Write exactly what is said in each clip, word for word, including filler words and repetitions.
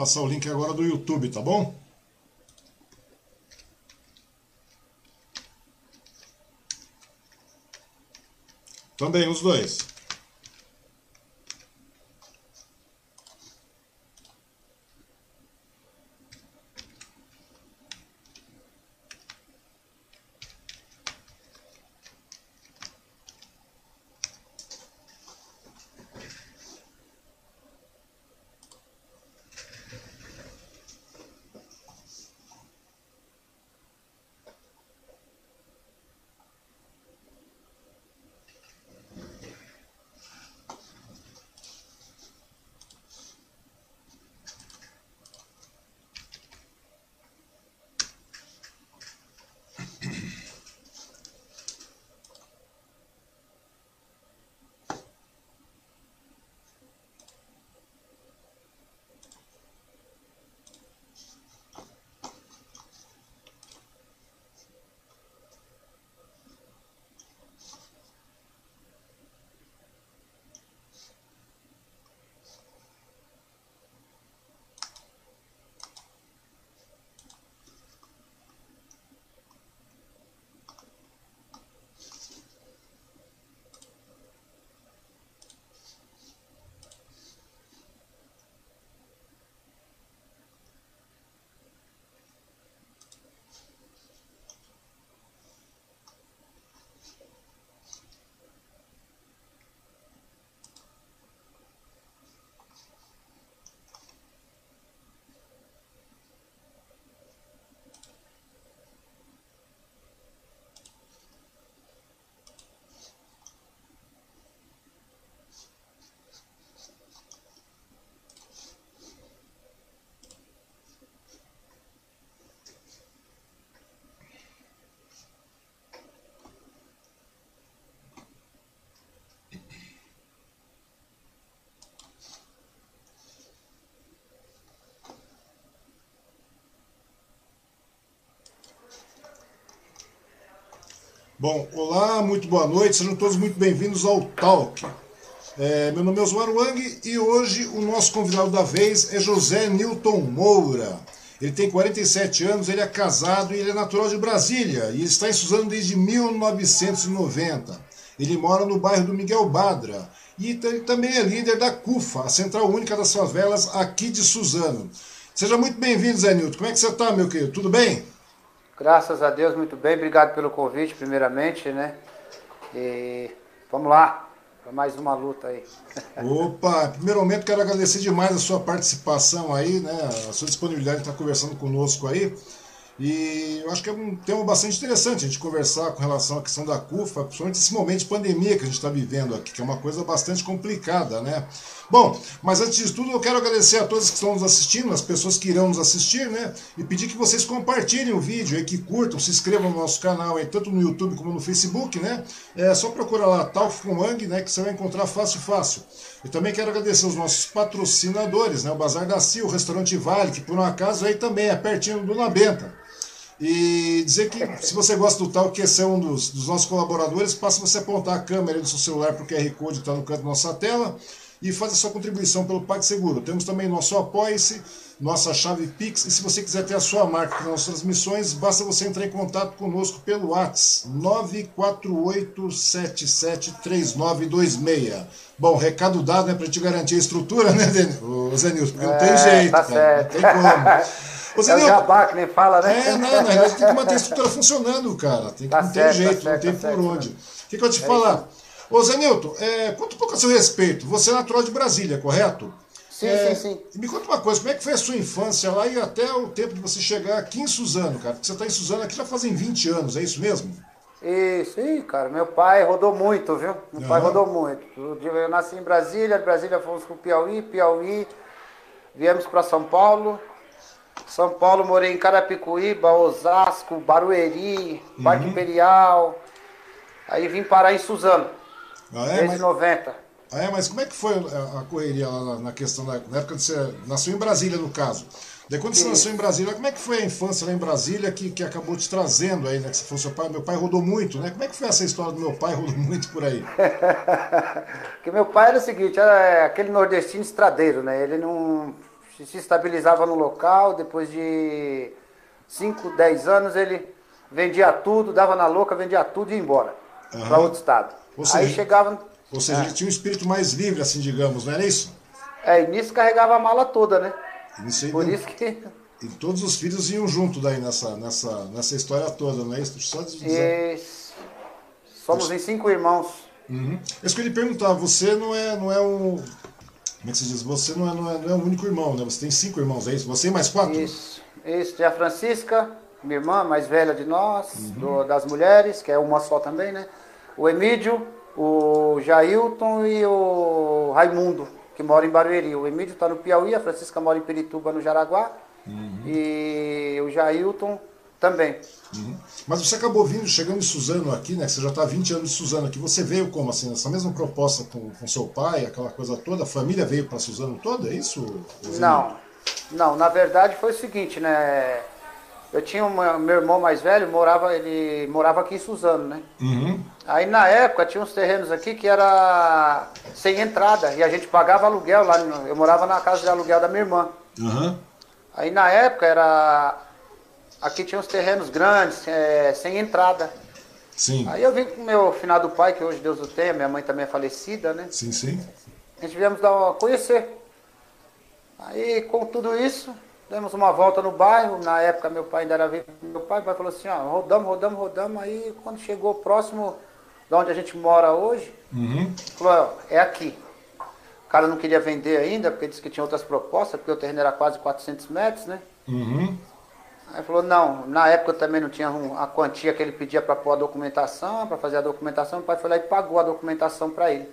passar o link agora do YouTube, tá bom? Também os dois. Bom, olá, muito boa noite, sejam todos muito bem-vindos ao Talk. É, meu nome é Osmar Wang e hoje o nosso convidado da vez é José Newton Moura. Ele tem quarenta e sete anos, ele é casado e ele é natural de Brasília e está em Suzano desde mil novecentos e noventa. Ele mora no bairro do Miguel Badra e ele também é líder da CUFA, a Central Única das Favelas aqui de Suzano. Seja muito bem-vindo, Zé Newton. Como é que você está, meu querido? Tudo bem? Graças a Deus, muito bem. Obrigado pelo convite, primeiramente, né? E vamos lá, para mais uma luta aí. Opa, primeiramente quero agradecer demais a sua participação aí, né? A sua disponibilidade de estar conversando conosco aí. E eu acho que é um tema bastante interessante a gente conversar com relação à questão da CUFA, principalmente esse momento de pandemia que a gente está vivendo aqui, que é uma coisa bastante complicada, né? Bom, mas antes de tudo eu quero agradecer a todos que estão nos assistindo, as pessoas que irão nos assistir, né? E pedir que vocês compartilhem o vídeo aí, que curtam, se inscrevam no nosso canal aí, tanto no YouTube como no Facebook, né? É só procurar lá Talk com Wang, né? Que você vai encontrar fácil, fácil. E também quero agradecer os nossos patrocinadores, né? O Bazar da Cia, o Restaurante Vale, que por um acaso aí também é pertinho do Nabenta. E dizer que se você gosta do Talk, que esse é um dos, dos nossos colaboradores, basta você apontar a câmera do seu celular para o Q R Code que está no canto da nossa tela e fazer sua contribuição pelo PagSeguro. Temos também nosso Apoia-se, nossa chave Pix, e se você quiser ter a sua marca nas nossas transmissões, basta você entrar em contato conosco pelo WhatsApp nove quatro oito sete sete três nove dois seis. Bom, recado dado, né, para te garantir a estrutura, né, Zé Nilson? Porque não tem É, jeito, tá cara, certo. não tem como. Ô, Zé É o Nilton, jabá que nem fala, né? é, não, na verdade tem que manter a estrutura funcionando, cara. Tem que, Tá não tem certo, jeito, tá certo, não tem tá por certo, onde. né? O que, que eu vou te É falar? isso. Ô, Zé Newton, é, conta um pouco a seu respeito. Você é natural de Brasília, correto? Sim, É, sim, sim. Me conta uma coisa, como é que foi a sua infância lá e até o tempo de você chegar aqui em Suzano, cara? Porque você está em Suzano aqui já fazem vinte anos, é isso mesmo? Isso, ih, cara, meu pai rodou muito, viu? Meu pai Aham. rodou muito. Eu nasci em Brasília, de Brasília fomos pro Piauí, Piauí, viemos para São Paulo. São Paulo, morei em Carapicuíba, Osasco, Barueri, Parque Imperial. Aí vim parar em Suzano, Ah, é? desde Mas, noventa. ah, é, mas como é que foi a, a correria lá na, na questão da na época que você nasceu em Brasília, no caso? Daí quando você nasceu em Brasília, como é que foi a infância lá em Brasília que, que acabou te trazendo aí, né? Que você falou, seu pai, meu pai rodou muito, né? Como é que foi essa história do meu pai rodou muito por aí? Porque meu pai era o seguinte, era aquele nordestino estradeiro, né? Ele não se estabilizava no local, depois de cinco, dez anos ele vendia tudo, dava na louca, vendia tudo e ia embora uhum. para outro estado. Ou seja, Aí chegava... Ou seja, é. ele tinha um espírito mais livre, assim, digamos, não era isso? É, e nisso carregava a mala toda, né? Isso aí, Por não... isso que... E todos os filhos iam junto daí nessa, nessa, nessa história toda, não é isso? Só de dizer... Isso. Somos isso. em cinco irmãos. Uhum. É isso que eu lhe perguntar, você não é, não é um... Como é que se diz? Você não é, não, é, não é um único irmão, né? Você tem cinco irmãos, é isso? Você e mais quatro? Isso. Isso, tem a Francisca, minha irmã mais velha de nós, uhum. do, das mulheres, que é uma só também, né? O Emílio, o Jailton e o Raimundo, que mora em Barueri. O Emílio está no Piauí, a Francisca mora em Pirituba, no Jaraguá, uhum. e o Jailton também. Uhum. Mas você acabou vindo, chegando em Suzano aqui, né? Você já está há vinte anos em Suzano aqui. Você veio como, assim, nessa mesma proposta com, com seu pai, aquela coisa toda? A família veio para Suzano toda, é isso? Não, não. Na verdade foi o seguinte, né? Eu tinha uma, meu irmão mais velho, morava, ele morava aqui em Suzano, né? Uhum. Aí na época tinha uns terrenos aqui que era sem entrada e a gente pagava aluguel lá. Eu morava na casa de aluguel da minha irmã. Uhum. Aí na época era... Aqui tinha uns terrenos grandes, é, sem entrada. Sim. Aí eu vim com o meu finado pai, que hoje Deus o tenha, minha mãe também é falecida, né? Sim, sim. A gente viemos dar uma, conhecer. Aí com tudo isso... Demos uma volta no bairro, na época meu pai ainda era vivo, meu pai, o pai falou assim, ó, rodamos, rodamos, rodamos, aí quando chegou próximo de onde a gente mora hoje, uhum. falou, ó, é aqui. O cara não queria vender ainda, porque disse que tinha outras propostas, porque o terreno era quase quatrocentos metros, né? Uhum. Aí falou, não, na época também não tinha a quantia que ele pedia para pôr a documentação, para fazer a documentação, o pai foi lá e pagou a documentação para ele.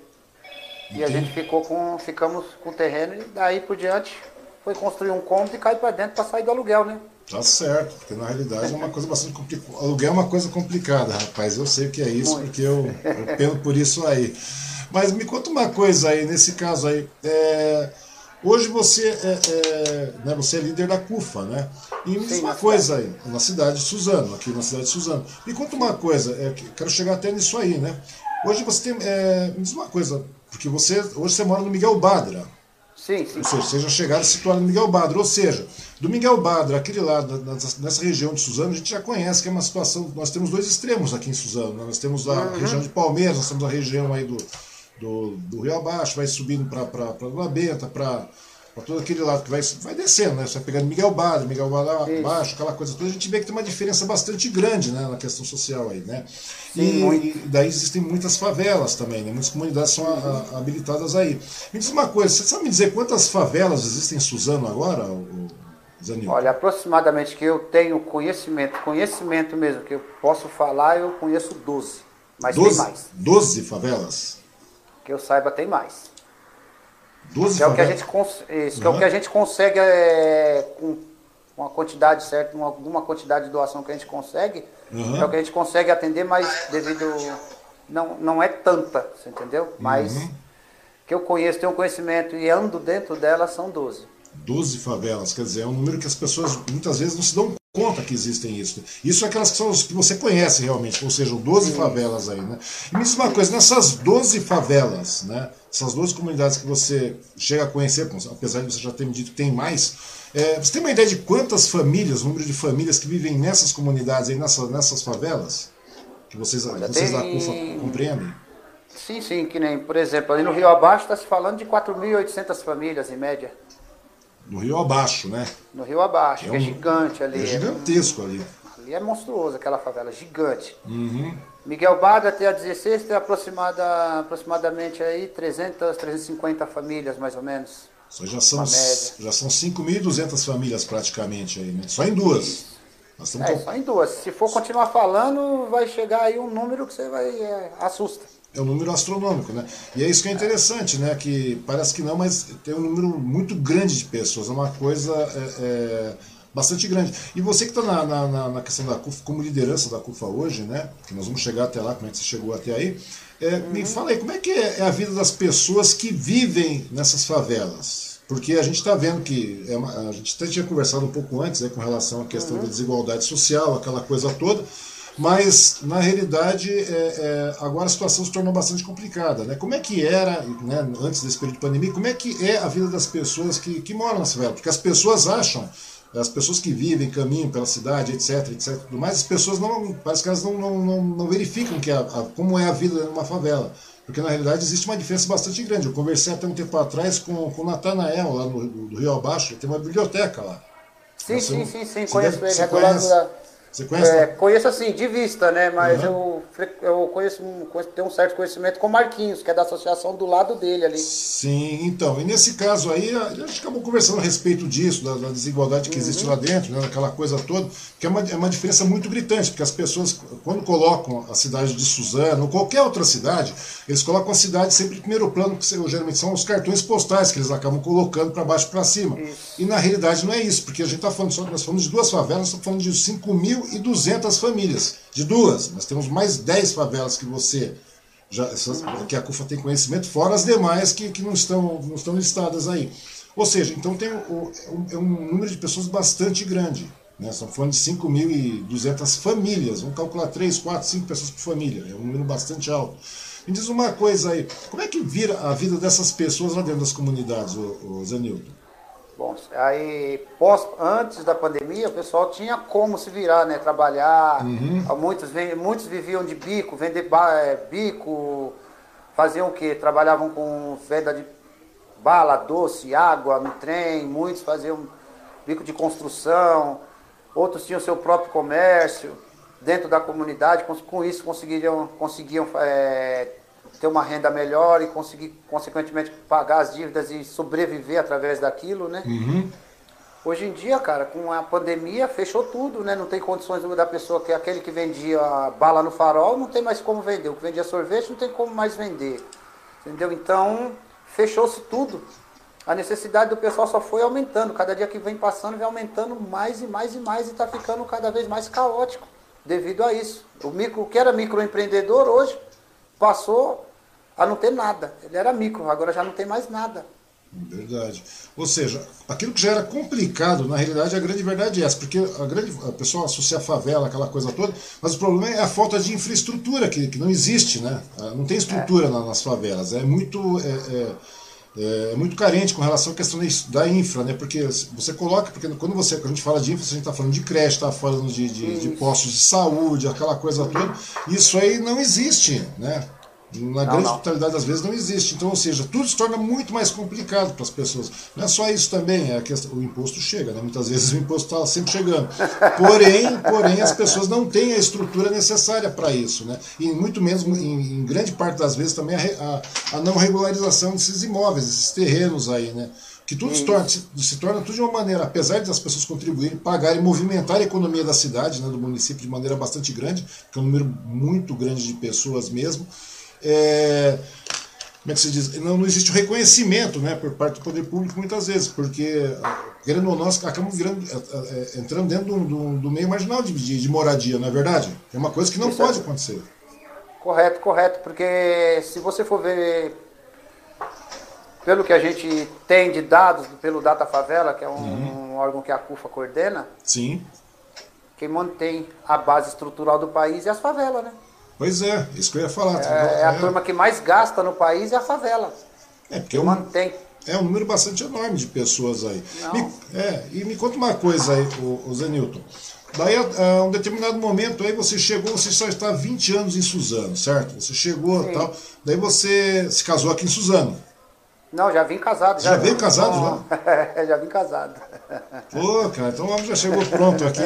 E a gente ficou com, ficamos com o terreno e daí por diante... Foi construir um cômodo e cair para dentro para sair do aluguel, né? Tá certo, porque na realidade é uma coisa bastante complicada. Aluguel é uma coisa complicada, rapaz. Eu sei o que é isso, muito. Porque eu, eu peno por isso aí. Mas me conta uma coisa aí, nesse caso aí. É, hoje você é, é, né, você é líder da CUFA, né? E me diz Sim, uma coisa cidade. aí, na cidade de Suzano, aqui na cidade de Suzano. Me conta uma coisa, é, quero chegar até nisso aí, né? Hoje você tem. É, me diz uma coisa, porque você hoje você mora no Miguel Badra. Sim, sim. Ou seja, vocês já chegaram situado no Miguel Badra. Ou seja, do Miguel Badra, aquele lado, nessa região de Suzano, a gente já conhece que é uma situação... Nós temos dois extremos aqui em Suzano. Né? Nós temos a uhum. região de Palmeiras, nós temos a região aí do, do, do Rio Abaixo, vai subindo para Vila Benta, para todo aquele lado que vai, vai descendo, né? Você vai pegando Miguel Badra, Miguel Badra abaixo, aquela coisa toda. A gente vê que tem uma diferença bastante grande, né, na questão social aí, né? Sim, e, e daí existem muitas favelas também, né? Muitas comunidades são a, a, habilitadas aí. Me diz uma coisa, você sabe me dizer quantas favelas existem em Suzano agora, Zanil? Olha, aproximadamente que eu tenho conhecimento, conhecimento mesmo, que eu posso falar, eu conheço doze, mas doze, tem mais. doze favelas? Que eu saiba, tem mais. doze que é o que a gente isso, uhum. que é o que a gente consegue é, com uma quantidade certa, uma, alguma quantidade de doação que a gente consegue, uhum. é o que a gente consegue atender, mas devido não não é tanta, você entendeu? Mas uhum. que eu conheço, tenho conhecimento e ando dentro dela são doze. doze favelas, quer dizer, é um número que as pessoas muitas vezes não se dão conta que existem isso. Isso é aquelas que são os que você conhece realmente, ou seja, doze favelas aí, né? E me diz uma coisa, nessas doze favelas, né? Essas doze comunidades que você chega a conhecer, apesar de você já ter me dito que tem mais, é, você tem uma ideia de quantas famílias, o número de famílias que vivem nessas comunidades aí, nessas, nessas favelas? Que vocês, Olha, vocês tem... da CUFA compreendem? Sim, sim, que nem, por exemplo, ali no Rio Abaixo está se falando de quatro mil e oitocentas famílias em média. No Rio Abaixo, né? No Rio Abaixo, que é, um, que é gigante ali. É gigantesco ali. Ali é monstruoso aquela favela, gigante. Uhum. Miguel Badra até a dezesseis tem aproximada, aproximadamente aí trezentas, trezentas e cinquenta famílias, mais ou menos. Isso já são, já são cinco mil e duzentas famílias praticamente aí, né? Só em duas. Nós é, com... só em duas. Se for continuar falando, vai chegar aí um número que você vai... É, assusta. É um número astronômico, né? E é isso que é interessante, né? Que parece que não, mas tem um número muito grande de pessoas. É uma coisa é, é, bastante grande. E você que está na, na, na questão da CUFA, como liderança da CUFA hoje, né? Que nós vamos chegar até lá, como é que você chegou até aí. É, uhum. Me fala aí, como é que é a vida das pessoas que vivem nessas favelas? Porque a gente está vendo que, é uma, a gente até tinha conversado um pouco antes, né, com relação à questão uhum. da desigualdade social, aquela coisa toda. Mas, na realidade, é, é, agora a situação se tornou bastante complicada, né? Como é que era, né, antes desse período de pandemia, como é que é a vida das pessoas que, que moram na favela? Porque as pessoas acham, as pessoas que vivem, caminham pela cidade, etc, etc, tudo mais, as pessoas não, parece que elas não, não, não, não verificam que a, a, como é a vida numa favela. Porque, na realidade, existe uma diferença bastante grande. Eu conversei até um tempo atrás com, com o Natanael, lá no, do Rio Abaixo, ele tem uma biblioteca lá. Sim, Você, sim, sim, sim, você conheço deve, ele. É do conhece, lado da... Você conhece? É, conheço assim, de vista, né? Mas Uhum. eu, eu conheço, conheço, tenho um certo conhecimento com o Marquinhos, que é da associação do lado dele ali. Sim, então, e nesse caso aí, a gente acabou conversando a respeito disso, da, da desigualdade que existe Uhum. lá dentro, né, daquela coisa toda, que é uma, é uma diferença muito gritante, porque as pessoas, quando colocam a cidade de Suzano, ou qualquer outra cidade, eles colocam a cidade sempre em primeiro plano, que geralmente são os cartões postais que eles acabam colocando para baixo e para cima. Isso. E na realidade não é isso, porque a gente está falando, nós falamos de duas favelas, nós estamos falando de cinco mil e duzentas famílias, de duas. Nós temos mais dez favelas que você... Já, essas, que a CUFA tem conhecimento, fora as demais que, que não, estão, não estão listadas aí. Ou seja, então tem o, é um número de pessoas bastante grande. Né? Estamos falando de cinco mil e duzentas famílias. Vamos calcular três, quatro, cinco pessoas por família. É um número bastante alto. Me diz uma coisa aí, como é que vira a vida dessas pessoas lá dentro das comunidades, o, o Zenilton? Bom, aí pós, antes da pandemia, o pessoal tinha como se virar, né? Trabalhar. Uhum. Muitos, muitos viviam de bico, vender bico, faziam o quê? Trabalhavam com venda de bala, doce, água no trem, muitos faziam bico de construção, outros tinham seu próprio comércio dentro da comunidade, com isso conseguiam, conseguiam é, ter uma renda melhor e conseguir, consequentemente, pagar as dívidas e sobreviver através daquilo, né? Uhum. Hoje em dia, cara, com a pandemia, fechou tudo, né? Não tem condições da pessoa, que aquele que vendia bala no farol, não tem mais como vender. O que vendia sorvete, não tem como mais vender. Entendeu? Então, fechou-se tudo. A necessidade do pessoal só foi aumentando. Cada dia que vem passando, vem aumentando mais e mais e mais e está ficando cada vez mais caótico devido a isso. O, micro, o que era microempreendedor, hoje, passou a não ter nada. Ele era micro, agora já não tem mais nada. Verdade. Ou seja, aquilo que já era complicado, na realidade, a grande verdade é essa, porque a grande, a pessoa associa a favela, aquela coisa toda, mas o problema é a falta de infraestrutura, que, que não existe, né? Não tem estrutura é. nas favelas. É muito, é, é, é muito carente com relação à questão da infra, né? Porque você coloca, porque quando, você, quando a gente fala de infra, a gente está falando de creche, está falando de, de, de postos de saúde, aquela coisa toda. Isso aí não existe, né? Na grande não, não. totalidade das vezes não existe. Então, ou seja, tudo se torna muito mais complicado para as pessoas. Não é só isso também, é que o imposto chega, né? Muitas vezes o imposto está sempre chegando. Porém, porém, as pessoas não têm a estrutura necessária para isso, né? E muito menos, em, em grande parte das vezes, também a, a, a não regularização desses imóveis, esses terrenos aí, né? Que tudo se torna, se, se torna tudo de uma maneira, apesar das pessoas contribuírem, pagarem, movimentar a economia da cidade, né, do município de maneira bastante grande, que é um número muito grande de pessoas mesmo. É, como é que se diz? Não, não existe o reconhecimento, né, por parte do poder público muitas vezes, porque, querendo ou não, nós acabamos virando, é, entrando dentro do, do, do meio marginal de, de, de moradia, não é verdade? É uma coisa que não Isso pode é... acontecer. Correto, correto, porque se você for ver, pelo que a gente tem de dados, pelo Data Favela, que é um, uhum. um órgão que a CUFA coordena, Sim. Quem mantém a base estrutural do país é as favelas, né? Pois é, isso que eu ia falar. É, é a turma que mais gasta no país é a favela. É, porque é um, mantém. é um número bastante enorme de pessoas aí. Me, é, e me conta uma coisa aí, o, o Zenilton. Daí, a, a um determinado momento, aí você chegou, você só está há vinte anos em Suzano, certo? Você chegou e tal. Daí você se casou aqui em Suzano. Não, já vim casado. Já, já veio casado não. já? Já vim casado. Pô, cara, então o homem já chegou pronto aqui.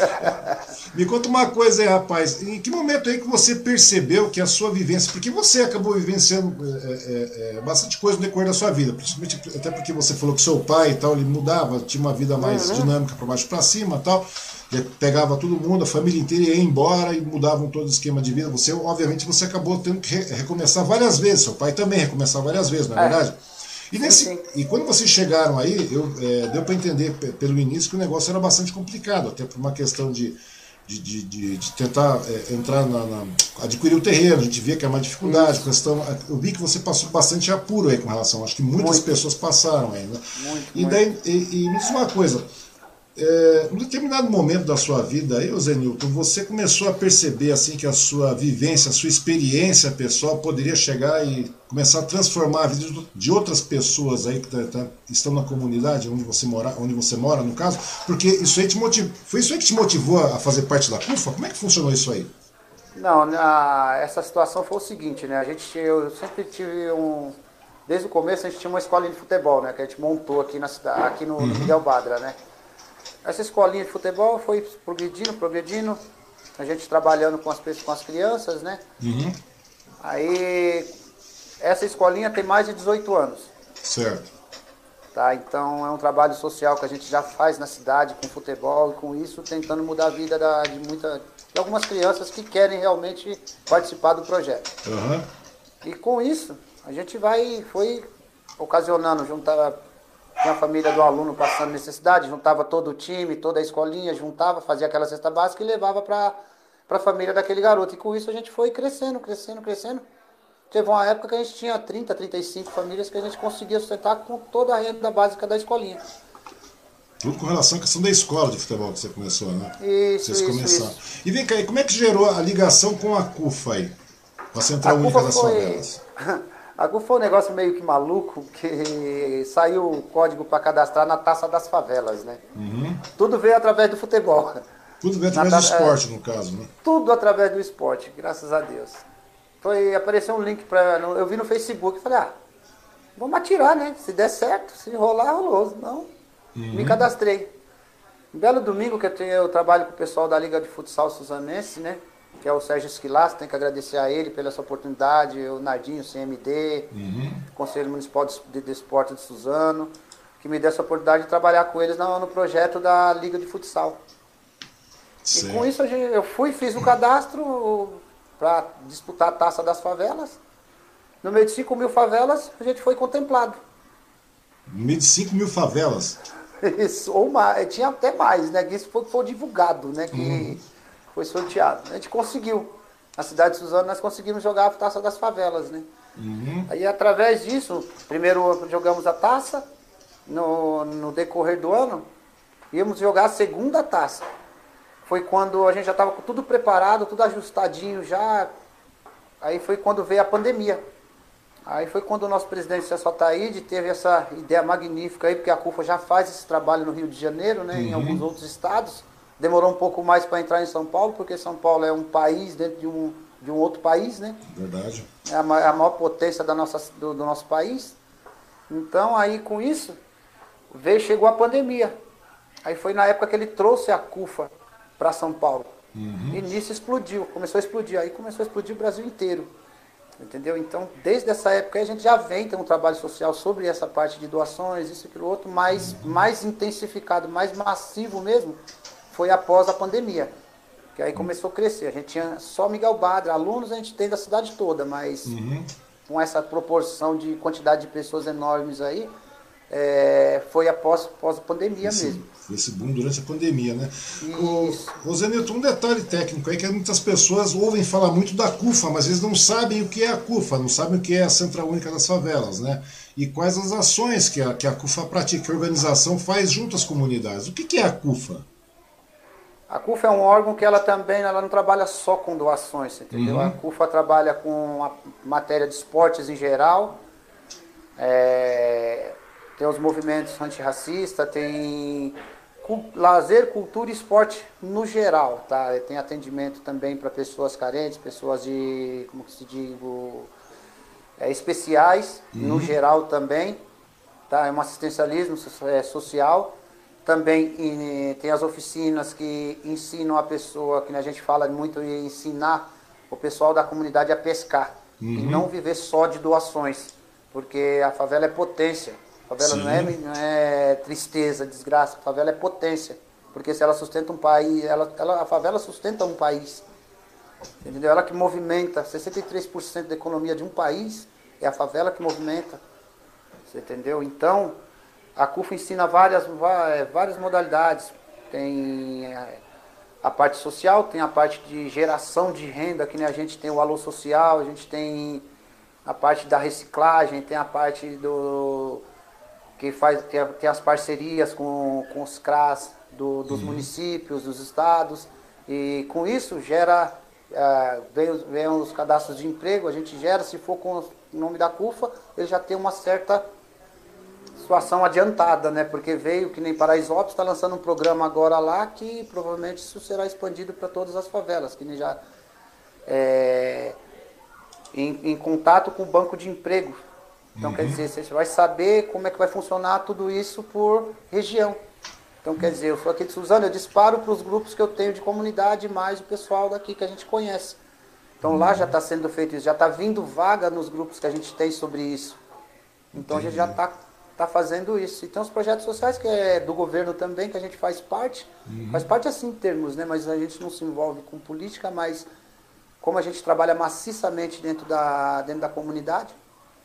Me conta uma coisa aí, rapaz. Em que momento aí que você percebeu que a sua vivência... Porque você acabou vivenciando é, é, é, bastante coisa no decorrer da sua vida. Principalmente até porque você falou que seu pai e tal, ele mudava, tinha uma vida mais uhum. dinâmica para baixo para cima e tal. Pegava todo mundo, a família inteira ia embora e mudavam todo o esquema de vida. Você, obviamente, você acabou tendo que recomeçar várias vezes. Seu pai também recomeçava várias vezes, não é, é. verdade? E, nesse, sim, sim. e quando vocês chegaram aí, eu, é, deu para entender pelo início que o negócio era bastante complicado, até por uma questão de, de, de, de, de tentar é, entrar na, na. adquirir o terreno, a gente via que era uma dificuldade, questão, eu vi que você passou bastante apuro aí com relação, acho que muitas muito. pessoas passaram aí, né? Muito, e daí, e, e me diz uma coisa, É, em determinado momento da sua vida aí, Zé Nilton, você começou a perceber assim que a sua vivência, a sua experiência pessoal poderia chegar e começar a transformar a vida de outras pessoas aí que tá, tá, estão na comunidade onde você mora, onde você mora, no caso, porque isso aí te motiv... foi isso aí que te motivou a fazer parte da CUFA? Como é que funcionou isso aí? Não, na, essa situação foi o seguinte, né? A gente, eu sempre tive um, desde o começo a gente tinha uma escola de futebol, né? Que a gente montou aqui na cidade, aqui no, no Miguel Badra, né? Essa escolinha de futebol foi progredindo, progredindo, a gente trabalhando com as, com as crianças, né? Uhum. Aí, essa escolinha tem mais de dezoito anos. Certo. Tá? Então, é um trabalho social que a gente já faz na cidade com futebol e com isso tentando mudar a vida da, de, muita, de algumas crianças que querem realmente participar do projeto. Uhum. E com isso, a gente vai, foi ocasionando, juntar... Tinha a família do aluno passando necessidade, juntava todo o time, toda a escolinha, juntava, fazia aquela cesta básica e levava para a família daquele garoto. E com isso a gente foi crescendo, crescendo, crescendo. Teve uma época que a gente tinha trinta, trinta e cinco famílias que a gente conseguia sustentar com toda a renda básica da escolinha. Tudo com relação à questão da escola de futebol que você começou, né? Isso, Vocês isso, começaram. isso. E vem cá, como é que gerou a ligação com a CUFA aí? Com a Central Única das foi... Favelas? A CUFA foi um negócio meio que maluco, que saiu o código para cadastrar na Taça das Favelas, né? Uhum. Tudo veio através do futebol. Tudo veio através na, do esporte, é, no caso, né? Tudo através do esporte, graças a Deus. Foi, apareceu um link, pra, eu vi no Facebook, falei, ah, vamos atirar, né? Se der certo, se rolar, rolou. Não, uhum. Me cadastrei. Um belo domingo que eu, tenho, eu trabalho com o pessoal da Liga de Futsal Suzanense, né? Que é o Sérgio Esquilas, tem que agradecer a ele pela essa oportunidade, o Nardinho, C M D, uhum. Conselho Municipal de Desporto de Suzano, que me deu essa oportunidade de trabalhar com eles no, no projeto da Liga de Futsal. Certo. E com isso eu fui, fiz o cadastro para disputar a Taça das Favelas. No meio de cinco mil favelas, a gente foi contemplado. No meio de cinco mil favelas? Isso, ou mais, tinha até mais, né? Que isso foi, foi divulgado, né? Que uhum. foi sorteado. A gente conseguiu. Na cidade de Suzano nós conseguimos jogar a Taça das Favelas, né? Uhum. Aí através disso, primeiro jogamos a taça, no, no decorrer do ano, íamos jogar a segunda taça. Foi quando a gente já estava com tudo preparado, tudo ajustadinho já. Aí foi quando veio a pandemia. Aí foi quando o nosso presidente Celso Ataíde teve essa ideia magnífica aí, porque a CUFA já faz esse trabalho no Rio de Janeiro, né, uhum. em alguns outros estados. Demorou um pouco mais para entrar em São Paulo, porque São Paulo é um país dentro de um, de um outro país, né? Verdade. É a maior, a maior potência da nossa, do, do nosso país. Então aí com isso, veio, chegou a pandemia. Aí foi na época que ele trouxe a CUFA para São Paulo. Uhum. E nisso explodiu, começou a explodir. Aí começou a explodir o Brasil inteiro. Entendeu? Então, desde essa época a gente já vem ter um trabalho social sobre essa parte de doações, isso e aquilo outro, mais, uhum. mais intensificado, mais massivo mesmo, foi após a pandemia. Que aí começou a crescer. A gente tinha só Miguel Badra, alunos a gente tem da cidade toda, mas uhum. com essa proporção de quantidade de pessoas enormes aí, é, foi após, após a pandemia esse, mesmo. Esse boom durante a pandemia, né? Isso. O, o Zé Nilton, um detalhe técnico aí que muitas pessoas ouvem falar muito da CUFA, mas eles não sabem o que é a CUFA, não sabem o que é a Central Única das Favelas, né? E quais as ações que a, que a CUFA pratica, que a organização faz junto às comunidades. O que, que é a CUFA? A CUFA é um órgão que ela também ela não trabalha só com doações, entendeu? Uhum. A CUFA trabalha com a matéria de esportes em geral, é, tem os movimentos antirracistas, tem lazer, cultura e esporte no geral, tá? Tem atendimento também para pessoas carentes, pessoas de, como que se digo, é, especiais, uhum. no geral também, tá? É um assistencialismo social. Também em, tem as oficinas que ensinam a pessoa, que a gente fala muito em ensinar o pessoal da comunidade a pescar. Uhum. E não viver só de doações, porque a favela é potência. A favela não é, não é tristeza, desgraça, a favela é potência. Porque se ela sustenta um país, ela, ela, a favela sustenta um país. Entendeu? Ela que movimenta, sessenta e três por cento da economia de um país é a favela que movimenta. Você entendeu? Então, a CUFA ensina várias, várias modalidades. Tem a parte social, tem a parte de geração de renda, que nem a gente tem o Alô Social, a gente tem a parte da reciclagem, tem a parte do... que faz, tem, tem as parcerias com, com os C R A S, do, dos uhum. municípios, dos estados, e com isso gera, uh, vem, os, vem os cadastros de emprego, a gente gera, se for com o nome da CUFA, ele já tem uma certa situação adiantada, né? Porque veio, que nem Paraisópolis, está lançando um programa agora lá que provavelmente isso será expandido para todas as favelas, que nem já é, em, em contato com o banco de emprego. Então, uhum. quer dizer, você vai saber como é que vai funcionar tudo isso por região. Então, quer dizer, eu sou aqui de Suzano, eu disparo para os grupos que eu tenho de comunidade, mais o pessoal daqui que a gente conhece. Então, uhum. lá já está sendo feito isso, já está vindo vaga nos grupos que a gente tem sobre isso. Então, Entendi. a gente já está tá fazendo isso. E tem os projetos sociais, que é do governo também, que a gente faz parte. Uhum. Faz parte assim em termos, né? Mas a gente não se envolve com política, mas como a gente trabalha maciçamente dentro da, dentro da comunidade,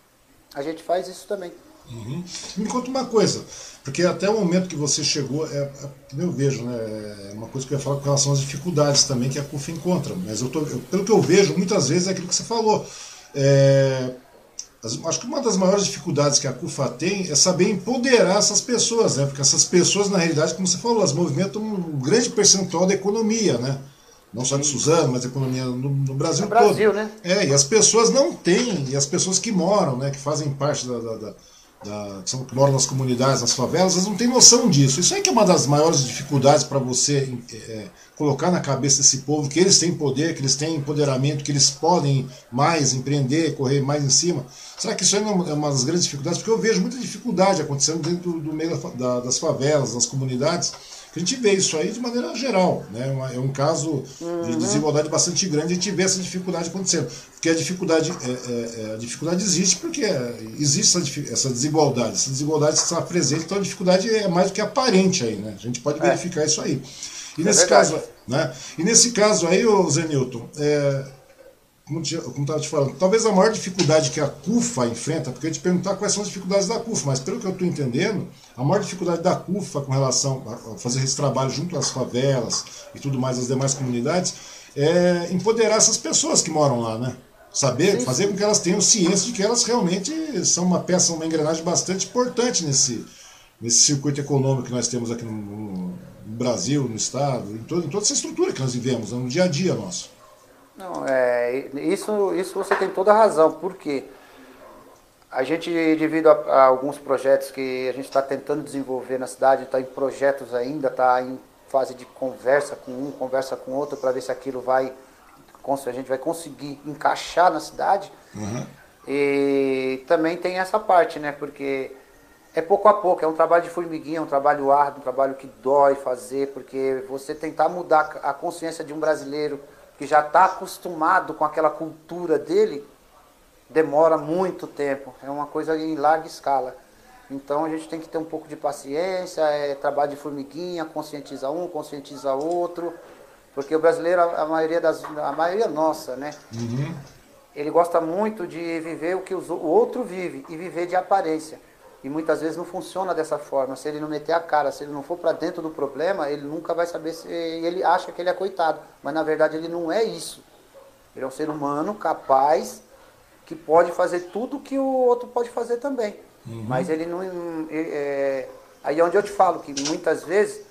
a gente faz isso também. Uhum. Me conta uma coisa, porque até o momento que você chegou, é, é, eu vejo, né, é uma coisa que eu ia falar com relação às dificuldades também que a CUFA encontra, mas eu tô, eu, pelo que eu vejo, muitas vezes é aquilo que você falou. É, acho que uma das maiores dificuldades que a CUFA tem é saber empoderar essas pessoas, né, porque essas pessoas, na realidade, como você falou, elas movimentam um grande percentual da economia, né? Não só de Suzano, mas a economia no, no Brasil no todo. Brasil, né? É, e as pessoas não têm, e as pessoas que moram, né, que fazem parte da, da, da, da que, são, que moram nas comunidades, nas favelas, elas não têm noção disso. Isso aí que é uma das maiores dificuldades para você é, colocar na cabeça desse povo que eles têm poder, que eles têm empoderamento, que eles podem mais empreender, correr mais em cima. Será que isso aí não é uma das grandes dificuldades? Porque eu vejo muita dificuldade acontecendo dentro do meio da, da, das favelas, das comunidades. A gente vê isso aí de maneira geral, né? É um caso de desigualdade bastante grande, a gente vê essa dificuldade acontecendo. Porque a dificuldade, é, é, a dificuldade existe porque existe essa, essa desigualdade, essa desigualdade está presente, então a dificuldade é mais do que aparente aí, né? A gente pode verificar é. isso aí. E, é nesse caso, né? e nesse caso aí, ô Zé Newton, é, como estava te falando, talvez a maior dificuldade que a CUFA enfrenta, porque eu ia te perguntar quais são as dificuldades da CUFA, mas pelo que eu estou entendendo, a maior dificuldade da CUFA com relação a fazer esse trabalho junto às favelas e tudo mais, as demais comunidades, é empoderar essas pessoas que moram lá, né? Saber, sim, fazer sim. com que elas tenham ciência de que elas realmente são uma peça, uma engrenagem bastante importante nesse, nesse circuito econômico que nós temos aqui no, no Brasil, no Estado, em, todo, em toda essa estrutura que nós vivemos, no dia a dia nosso. Não, é, isso, isso você tem toda a razão, porque a gente, devido a, a alguns projetos que a gente está tentando desenvolver na cidade, está em projetos ainda, está em fase de conversa com um, conversa com outro, para ver se aquilo vai, a gente vai conseguir encaixar na cidade. Uhum. E também tem essa parte, né, porque é pouco a pouco, é um trabalho de formiguinha, é um trabalho árduo, um trabalho que dói fazer, porque você tentar mudar a consciência de um brasileiro que já está acostumado com aquela cultura dele, demora muito tempo. É uma coisa em larga escala. Então a gente tem que ter um pouco de paciência, é trabalho de formiguinha, conscientiza um, conscientiza outro, porque o brasileiro, a maioria, das, a maioria nossa, né? Uhum. Ele gosta muito de viver o que os, o outro vive e viver de aparência. E muitas vezes não funciona dessa forma. Se ele não meter a cara, se ele não for para dentro do problema, ele nunca vai saber se ele acha que ele é coitado. Mas na verdade ele não é isso. Ele é um ser humano capaz, que pode fazer tudo que o outro pode fazer também. Uhum. Mas ele não... Ele, é, aí é onde eu te falo que muitas vezes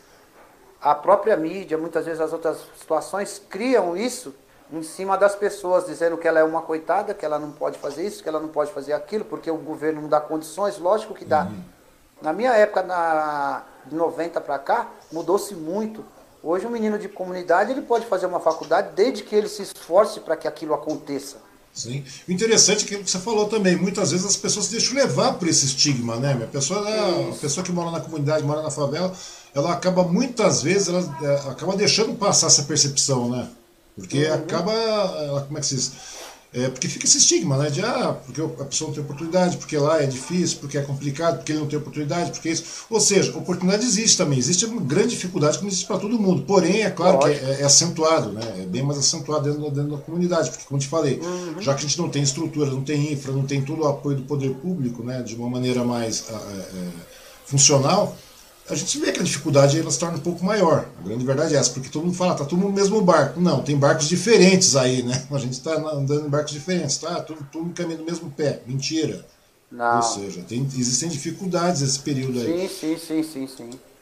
a própria mídia, muitas vezes as outras situações criam isso em cima das pessoas, dizendo que ela é uma coitada, que ela não pode fazer isso, que ela não pode fazer aquilo, porque o governo não dá condições, lógico que dá. Uhum. Na minha época, na, de noventa para cá, mudou-se muito. Hoje um menino de comunidade, ele pode fazer uma faculdade desde que ele se esforce para que aquilo aconteça. Sim. O interessante é aquilo que você falou também, muitas vezes as pessoas se deixam levar por esse estigma, né? A pessoa, a pessoa que mora na comunidade, mora na favela, ela acaba muitas vezes, ela, ela acaba deixando passar essa percepção, né? Porque uhum. acaba, como é que se diz? É, porque fica esse estigma, né? De, ah, porque a pessoa não tem oportunidade, porque lá é difícil, porque é complicado, porque ele não tem oportunidade, porque isso... Ou seja, oportunidade existe também, existe uma grande dificuldade que não existe para todo mundo. Porém, é claro Lógico. que é, é acentuado, né? É bem mais acentuado dentro, dentro da comunidade, porque, como eu te falei, uhum. já que a gente não tem estrutura, não tem infra, não tem todo o apoio do poder público, né? De uma maneira mais é, é, funcional, a gente vê que a dificuldade ela se torna um pouco maior. A grande verdade é essa, porque todo mundo fala, tá todo mundo no mesmo barco. Não, tem barcos diferentes aí, né? A gente está andando em barcos diferentes, tá? Todo mundo caminha no mesmo pé. Mentira. Não. Ou seja, tem, existem dificuldades nesse período aí. Sim, sim, sim, sim, sim.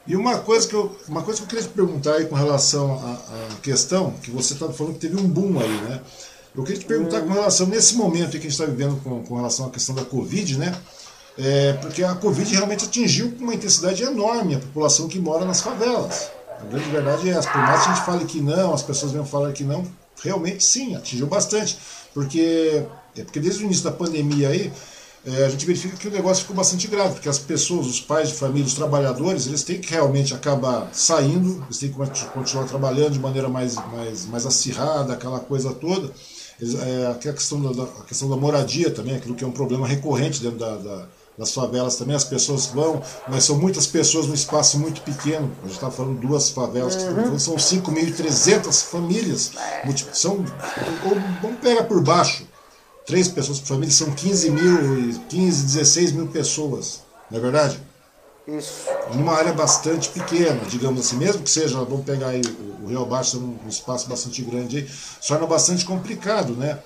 E uma coisa que eu, uma coisa que eu queria te perguntar aí com relação à, à questão, que você estava falando que teve um boom aí, né? Eu queria te perguntar com relação, nesse momento que a gente está vivendo com, com relação à questão da Covid, né? É, porque a Covid realmente atingiu com uma intensidade enorme a população que mora nas favelas. A grande verdade é essa, por mais que a gente fale que não, as pessoas venham falar que não, realmente sim, atingiu bastante. Porque, é porque desde o início da pandemia aí, é, a gente verifica que o negócio ficou bastante grave, porque as pessoas, os pais de família, os trabalhadores, eles têm que realmente acabar saindo, eles têm que continuar trabalhando de maneira mais, mais, mais acirrada, aquela coisa toda. Eles, é, a, questão da, a questão da moradia também, aquilo que é um problema recorrente dentro da, da nas favelas também, as pessoas vão, mas são muitas pessoas num espaço muito pequeno. A gente está falando duas favelas, uhum. São cinco mil e trezentas famílias. São, ou, vamos pegar por baixo, três pessoas por família, são quinze mil, quinze, dezesseis mil pessoas, não é verdade? Isso. Numa área bastante pequena, digamos assim, mesmo que seja, vamos pegar aí o, o Rio Abaixo, um, um espaço bastante grande aí, se torna bastante complicado, né?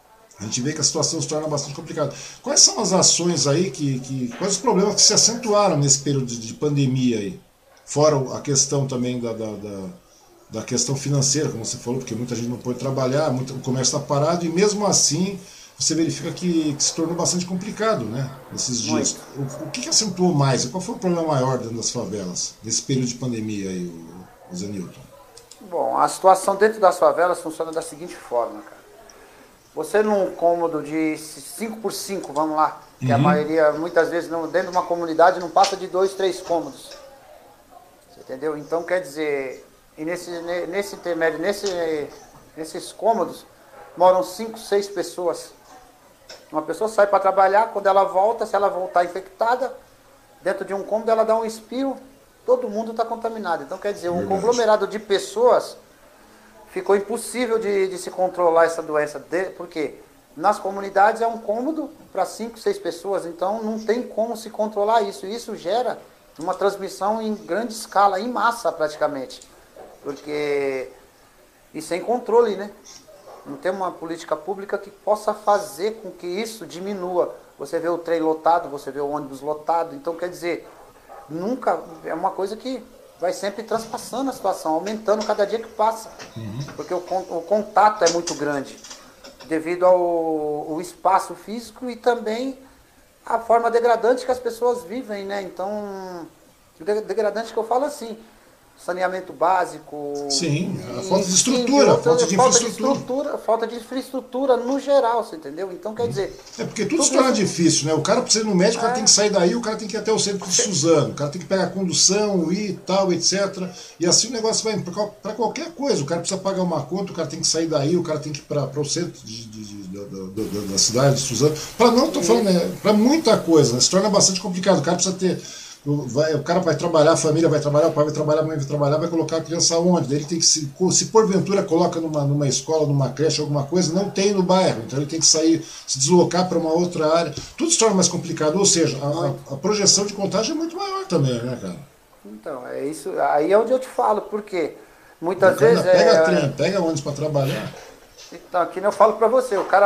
A gente vê que a situação se torna bastante complicada. Quais são as ações aí, que, que quais os problemas que se acentuaram nesse período de, de pandemia aí? Fora a questão também da, da, da, da questão financeira, como você falou, porque muita gente não pode trabalhar, muito, o comércio está parado, e mesmo assim você verifica que, que se tornou bastante complicado, né, nesses dias. O, o que, que acentuou mais? Qual foi o problema maior dentro das favelas, nesse período de pandemia aí, o, o Zé Nilton? Bom, a situação dentro das favelas funciona da seguinte forma, cara. Você num cômodo de cinco por cinco, vamos lá, que uhum. a maioria, muitas vezes, não, dentro de uma comunidade, não passa de dois, três cômodos. Você entendeu? Então, quer dizer, e nesse, nesse intermédio, nesse, nesses cômodos, moram cinco, seis pessoas. Uma pessoa sai para trabalhar, quando ela volta, se ela voltar infectada, dentro de um cômodo ela dá um espirro, todo mundo está contaminado. Então, quer dizer, um Verdade. conglomerado de pessoas... Ficou impossível de, de se controlar essa doença, de, porque nas comunidades é um cômodo para cinco, seis pessoas, então não tem como se controlar isso. E isso gera uma transmissão em grande escala, em massa praticamente, porque e sem controle, né? Não tem uma política pública que possa fazer com que isso diminua. Você vê o trem lotado, você vê o ônibus lotado, então quer dizer, nunca, é uma coisa que... vai sempre transpassando a situação, aumentando cada dia que passa. Uhum. Porque o, o contato é muito grande, devido ao, ao espaço físico e também a forma degradante que as pessoas vivem, né? Então, degradante que eu falo assim, saneamento básico... Sim, a falta de estrutura, outra, falta de falta infraestrutura. De estrutura. Falta de infraestrutura no geral, você entendeu? Então, quer dizer... É porque tudo, tudo se torna isso... difícil, né? O cara precisa ir no médico, o cara é. tem que sair daí, o cara tem que ir até o centro de Suzano, o cara tem que pegar a condução, ir e tal, etcétera. E assim o negócio vai para qualquer coisa. O cara precisa pagar uma conta, o cara tem que sair daí, o cara tem que ir para o centro de, de, de, de, de, da cidade de Suzano. Para não, tô falando, né? Para muita coisa, né? Se torna bastante complicado. O cara precisa ter... Vai, o cara vai trabalhar, a família vai trabalhar, o pai vai trabalhar, a mãe vai trabalhar, vai colocar a criança onde? Daí ele tem que, se, se porventura coloca numa, numa escola, numa creche, alguma coisa, não tem no bairro, então ele tem que sair, se deslocar para uma outra área, tudo se torna mais complicado, ou seja, a, a, a projeção de contágio é muito maior também, né, cara? Então, é isso, aí é onde eu te falo, porque muitas o cara vezes... Pega é, trem, pega ônibus para trabalhar. Então, aqui eu falo para você, o cara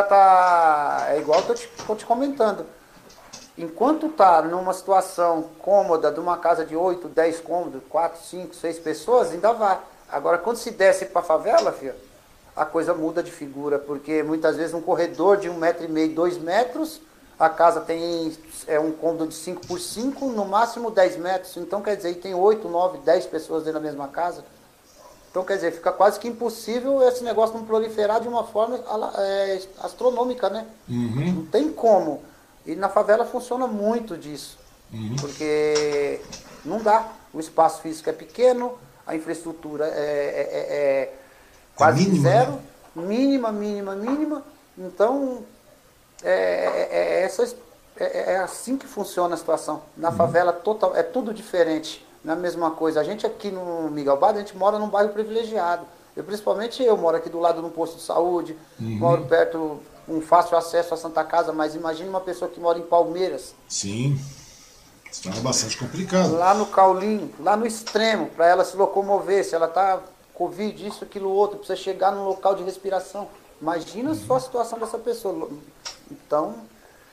tá, é igual eu te, tô te comentando, enquanto tá numa situação cômoda de uma casa de oito, dez cômodos, quatro, cinco, seis pessoas, ainda vai. Agora, quando se desce para a favela, filho, a coisa muda de figura, porque muitas vezes um corredor de um metro e meio, dois metros, a casa tem é, um cômodo de cinco por cinco, no máximo dez metros. Então, quer dizer, tem oito, nove, dez pessoas dentro da mesma casa. Então, quer dizer, fica quase que impossível esse negócio não proliferar de uma forma é, astronômica, né? Uhum. Não tem como. E na favela funciona muito disso, uhum. porque não dá. O espaço físico é pequeno, a infraestrutura é, é, é, é quase é mínima, zero, né? mínima, mínima, mínima. Então, é, é, é, essa, é, é assim que funciona a situação. Na uhum. favela total, é tudo diferente, não é a mesma coisa. A gente aqui no Miguel Bada, a gente mora num bairro privilegiado. Eu, principalmente eu, moro aqui do lado de um posto de saúde, uhum. moro perto... um fácil acesso à Santa Casa, mas imagine uma pessoa que mora em Palmeiras. Sim, isso é bastante complicado. Lá no Caulim, lá no extremo, para ela se locomover, se ela está Covid, isso, aquilo, outro, precisa chegar num local de respiração. Imagina uhum. só a situação dessa pessoa. Então,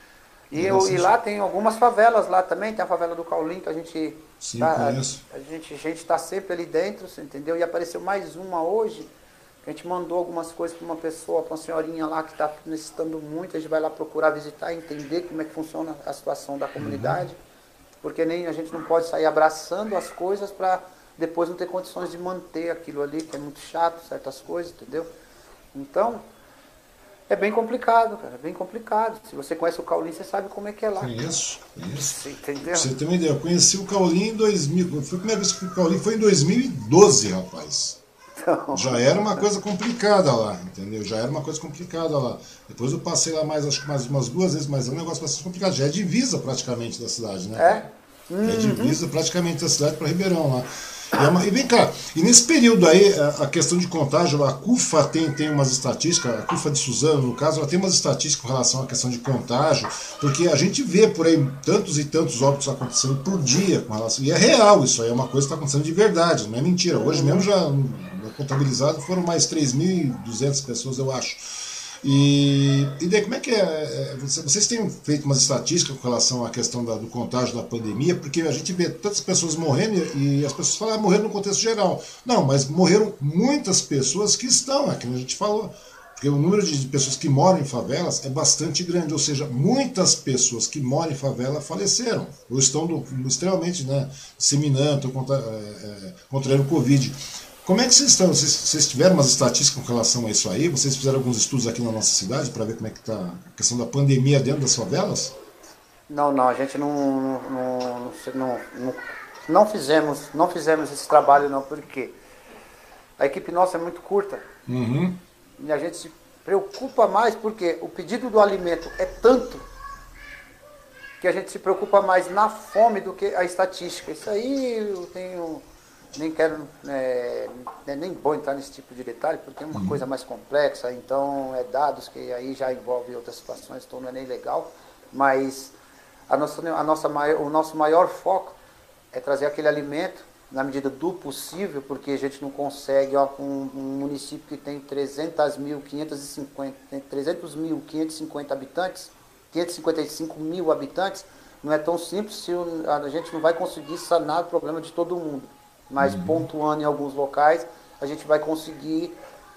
E, eu, e lá tem algumas favelas lá também, tem a favela do Caulim, que a gente Sim, tá, conheço. a, a gente a gente tá sempre ali dentro, você entendeu? E apareceu mais uma hoje, que a gente mandou algumas coisas para uma pessoa, para uma senhorinha lá que está necessitando muito, a gente vai lá procurar visitar, entender como é que funciona a situação da comunidade, uhum. porque nem a gente não pode sair abraçando as coisas para depois não ter condições de manter aquilo ali, que é muito chato, certas coisas, entendeu? Então, é bem complicado, cara, é bem complicado. Se você conhece o Caulim, você sabe como é que é lá. Conheço, conheço. Você entendeu? Você tem uma ideia, eu conheci o Caulim em dois mil, foi a primeira vez que fui o Caulim, foi em dois mil e doze, rapaz. Então... Já era uma coisa complicada lá, entendeu? Já era uma coisa complicada lá. Depois eu passei lá mais, acho que mais umas duas vezes, mas é um negócio bastante complicado. Já é divisa praticamente da cidade, né? É? Uhum. É divisa praticamente da cidade para Ribeirão lá. E, é uma, e vem cá, e nesse período aí, a, a questão de contágio, a CUFA tem, tem umas estatísticas, a CUFA de Suzano, no caso, ela tem umas estatísticas com relação à questão de contágio, porque a gente vê por aí tantos e tantos óbitos acontecendo por dia com relação. E é real isso aí, é uma coisa que está acontecendo de verdade, não é mentira. Hoje mesmo já contabilizado foram mais três mil e duzentas pessoas, eu acho. E, e daí, como é que é? Vocês têm feito umas estatísticas com relação à questão da, do contágio da pandemia, porque a gente vê tantas pessoas morrendo e as pessoas falam, ah, morreram no contexto geral. Não, mas morreram muitas pessoas que estão, é que a gente falou. Porque o número de pessoas que moram em favelas é bastante grande, ou seja, muitas pessoas que moram em favela faleceram, ou estão do, extremamente né, disseminando, contra, é, contraindo o Covid. Como é que vocês estão? Vocês, vocês tiveram umas estatísticas com relação a isso aí? Vocês fizeram alguns estudos aqui na nossa cidade para ver como é que está a questão da pandemia dentro das favelas? Não, não, a gente não, não, não, não, não fizemos, não fizemos esse trabalho não, porque a equipe nossa é muito curta. Uhum. E a gente se preocupa mais porque o pedido do alimento é tanto que a gente se preocupa mais na fome do que a estatística. Isso aí eu tenho... Nem quero, é, é nem bom entrar nesse tipo de detalhe, porque é uma uhum. coisa mais complexa, então é dados que aí já envolve outras situações, então não é nem legal, mas a nossa, a nossa maior, o nosso maior foco é trazer aquele alimento na medida do possível, porque a gente não consegue, ó, um, um município que tem trezentos mil, quinhentos e cinquenta, tem trezentos mil, quinhentos e cinquenta habitantes, quinhentos e cinquenta e cinco mil habitantes, não é tão simples se a gente não vai conseguir sanar o problema de todo mundo. Mas uhum. pontuando em alguns locais, a gente vai conseguir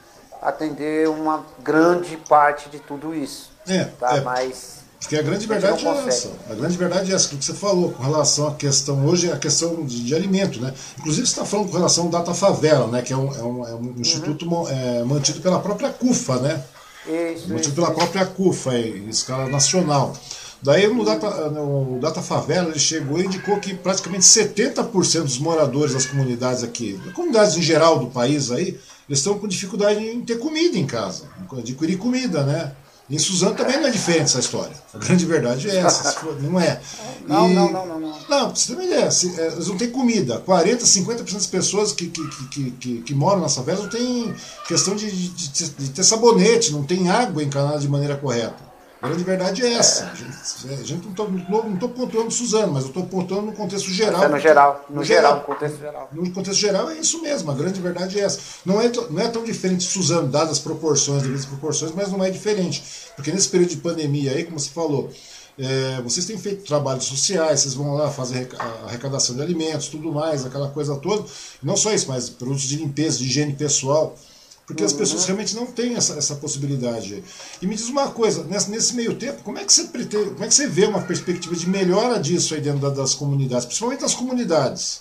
atender uma grande parte de tudo isso. É, tá? é Mas porque a grande verdade é essa. A grande verdade é essa que você falou com relação à questão hoje, a questão de, de alimento, né? Inclusive você está falando com relação ao Data Favela, né? Que é um, é um, é um uhum. instituto é, mantido pela própria CUFA, né? Isso, mantido isso, pela isso. própria CUFA, em escala nacional. Daí no Data, no Data Favela ele chegou e indicou que praticamente setenta por cento dos moradores das comunidades aqui, das comunidades em geral do país aí, eles estão com dificuldade em ter comida em casa, adquirir comida, né? Em Suzano também não é diferente essa história. A grande verdade é essa, não é. E, não, não, não, não, não. Não, pra você ter uma ideia, se, é, eles não têm comida. quarenta, cinquenta por cento das pessoas que, que, que, que, que moram nessa favela não tem questão de, de, de, de ter sabonete, não tem água encanada de maneira correta. A grande verdade é essa. A gente, a gente não estou pontuando Suzano, mas eu estou pontuando no contexto geral. É no geral, no, no geral, geral, no contexto geral. No contexto geral é isso mesmo, a grande verdade é essa. Não é, não é tão diferente de Suzano, dadas as proporções, devidas proporções, mas não é diferente. Porque nesse período de pandemia aí, como você falou, é, vocês têm feito trabalhos sociais, vocês vão lá fazer a arrecadação de alimentos, tudo mais, aquela coisa toda. Não só isso, mas produtos de limpeza, de higiene pessoal. Porque as pessoas realmente não têm essa, essa possibilidade. E me diz uma coisa, nesse, nesse meio tempo, como é que você pretende, como é que você vê uma perspectiva de melhora disso aí dentro da, das comunidades, principalmente das comunidades?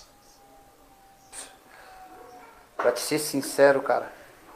Pra te ser sincero, cara,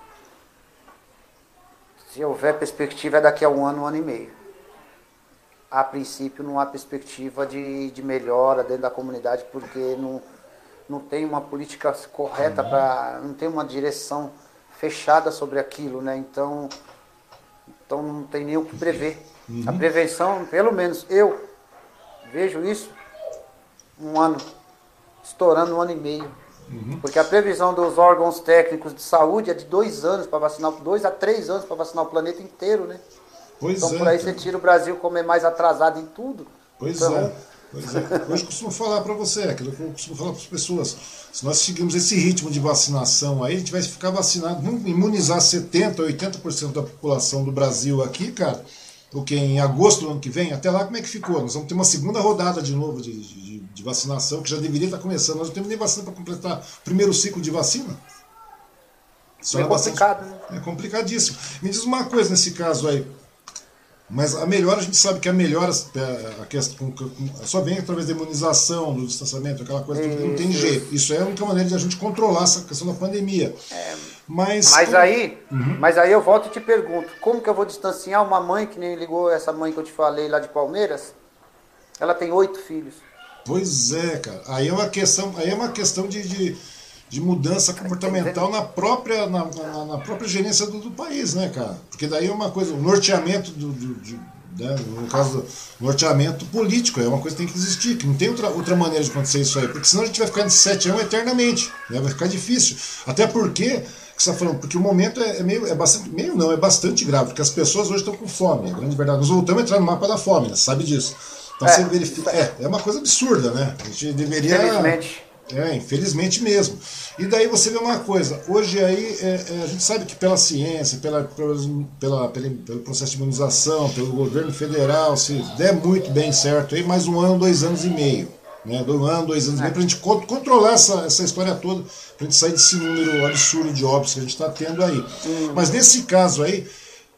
se houver perspectiva é daqui a um ano, um ano e meio. A princípio não há perspectiva de, de melhora dentro da comunidade, porque não, não tem uma política correta, uhum. pra, não tem uma direção fechada sobre aquilo, né? Então, então não tem nem o que prever. Uhum. A prevenção, pelo menos eu vejo isso um ano, estourando um ano e meio. Uhum. Porque a previsão dos órgãos técnicos de saúde é de dois anos para vacinar, dois a três anos para vacinar o planeta inteiro, né? Pois então é, por aí cara. Você tira o Brasil como é mais atrasado em tudo. Pois então, é. Pois é. Hoje eu costumo falar para você, aquilo que eu costumo falar para as pessoas. Se nós seguirmos esse ritmo de vacinação aí, a gente vai ficar vacinado, vamos imunizar setenta por cento, oitenta por cento da população do Brasil aqui, cara, o que? Em agosto do ano que vem? Até lá como é que ficou? Nós vamos ter uma segunda rodada de novo de, de, de vacinação, que já deveria estar começando. Nós não temos nem vacina para completar o primeiro ciclo de vacina. Isso é, é complicado, bastante, né? É complicadíssimo. Me diz uma coisa nesse caso aí. Mas a melhora, a gente sabe que a melhora a questão, só vem através da imunização, do distanciamento, aquela coisa, isso, não tem jeito. Isso é a única maneira de a gente controlar essa questão da pandemia. É, mas mas, como... aí, uhum. mas aí eu volto e te pergunto, como que eu vou distanciar uma mãe que nem ligou, essa mãe que eu te falei lá de Palmeiras? Ela tem oito filhos. Pois é, cara. Aí é uma questão, aí é uma questão de, de, de mudança comportamental na própria, na, na, na própria gerência do, do país, né, cara? Porque daí é uma coisa, o norteamento do, do, do né, no caso do norteamento político, é uma coisa que tem que existir, que não tem outra, outra maneira de acontecer isso aí, porque senão a gente vai ficar de sete a um eternamente, né? Vai ficar difícil. Até porque, que você está falando, porque o momento é, é meio, é bastante, meio não, é bastante grave, porque as pessoas hoje estão com fome, é a grande verdade. Nós voltamos a entrar no mapa da fome, né? Você sabe disso. Então é, você verifica, é, é uma coisa absurda, né? A gente deveria. Infelizmente. É, infelizmente mesmo. E daí você vê uma coisa, hoje aí é, é, a gente sabe que pela ciência, pela, pela, pela, pelo processo de imunização, pelo governo federal, se der muito bem certo, aí mais um ano, dois anos e meio. Né? Um ano, dois anos e meio, para a gente controlar essa, essa história toda, para a gente sair desse número absurdo de óbitos que a gente está tendo aí. Hum. Mas nesse caso aí,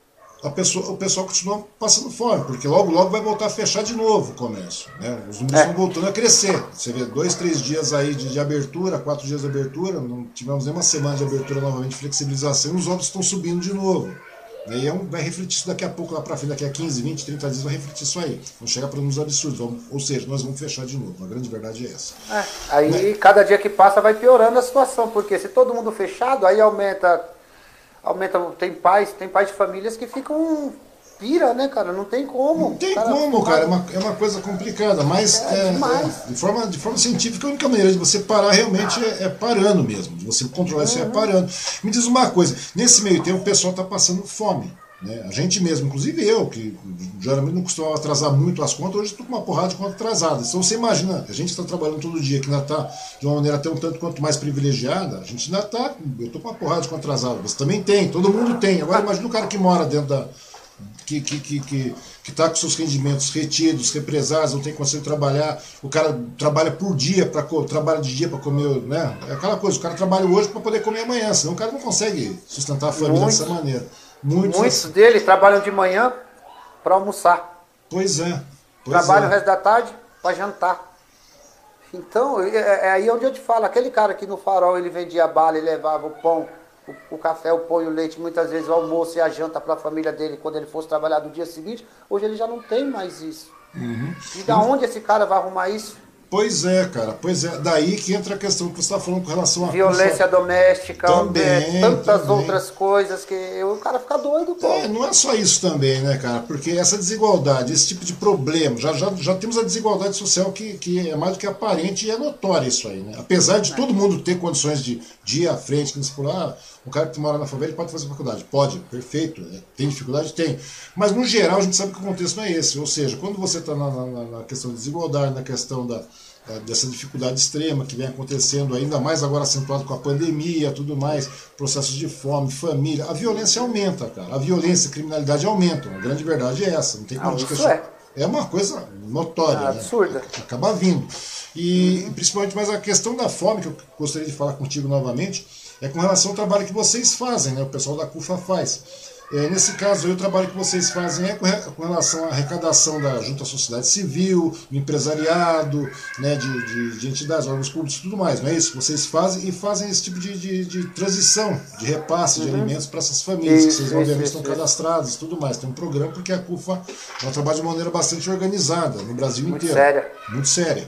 A pessoa, o pessoal continua passando fome, porque logo, logo vai voltar a fechar de novo o comércio. Né? Os números é. estão voltando a crescer. Você vê dois, três dias aí de, de abertura, quatro dias de abertura, não tivemos nem uma semana de abertura novamente, flexibilização, e os óbitos estão subindo de novo. E é um, vai refletir isso daqui a pouco, lá para frente, daqui a quinze, vinte, trinta dias, vai refletir isso aí. Vamos chegar para números absurdos, vamos, ou seja, nós vamos fechar de novo. A grande verdade é essa. É. Aí, né? Cada dia que passa vai piorando a situação, porque se todo mundo fechado, aí aumenta... aumenta tem pais, tem pais de famílias que ficam pira, né, cara? Não tem como. Não tem cara, como, cara. É uma, é uma coisa complicada. Mas é, é, é, de, forma, de forma científica, a única maneira de você parar realmente é, é parando mesmo. De você controlar isso uhum. é parando. Me diz uma coisa. Nesse meio tempo, o pessoal está passando fome. Né? A gente mesmo, inclusive eu, que geralmente não costumava atrasar muito as contas, hoje estou com uma porrada de contas atrasadas. Então você imagina, a gente está trabalhando todo dia, que ainda está de uma maneira até um tanto quanto mais privilegiada, a gente ainda está, eu estou com uma porrada de contas atrasadas. Você também tem, todo mundo tem. Agora imagina o cara que mora dentro da... que que que que que está com seus rendimentos retidos, represados, não tem condição de trabalhar, o cara trabalha por dia, pra, trabalha de dia para comer, né? É aquela coisa, o cara trabalha hoje para poder comer amanhã, senão o cara não consegue sustentar a família Muito. dessa maneira. Muitos, Muitos deles trabalham de manhã para almoçar. Pois é. Pois Trabalham é. o resto da tarde para jantar. Então, é, é aí onde eu te falo, aquele cara que no farol ele vendia bala e levava o pão, o, o café, o pão e o leite, muitas vezes o almoço e a janta para a família dele quando ele fosse trabalhar no dia seguinte, hoje ele já não tem mais isso. Uhum. E da onde esse cara vai arrumar isso? Pois é, cara, pois é, daí que entra a questão que você está falando com relação a... Violência doméstica, também, é, tantas também. outras coisas que o cara fica doido, pô. É, não é só isso também, né, cara, porque essa desigualdade, esse tipo de problema, já, já, já temos a desigualdade social que, que é mais do que aparente e é notória isso aí, né, apesar de é. todo mundo ter condições de, de ir à frente, que você falou, ah, o cara que mora na favela pode fazer faculdade, pode, perfeito, né? Tem dificuldade? Tem, mas no geral a gente sabe que o contexto não é esse, ou seja, quando você está na, na, na questão da desigualdade, na questão da dessa dificuldade extrema que vem acontecendo, ainda mais agora acentuado com a pandemia, tudo mais, processos de fome, família, a violência aumenta, cara. A violência e a criminalidade aumentam. A grande verdade é essa. Não tem como isso é. É uma coisa notória, é né? Absurda. Acaba vindo. E uhum. principalmente, mas a questão da fome, que eu gostaria de falar contigo novamente, é com relação ao trabalho que vocês fazem, né? O pessoal da CUFA faz. É, nesse caso, aí, o trabalho que vocês fazem é com relação à arrecadação da junto à sociedade civil, do empresariado, né, de, de, de entidades, órgãos públicos e tudo mais, não é isso? Vocês fazem e fazem esse tipo de, de, de transição, de repasse uhum. de alimentos para essas famílias, isso, que vocês isso, obviamente isso, estão isso. cadastrados e tudo mais. Tem um programa porque a CUFA ela trabalha de maneira bastante organizada no Brasil Muito inteiro. Séria. Muito séria.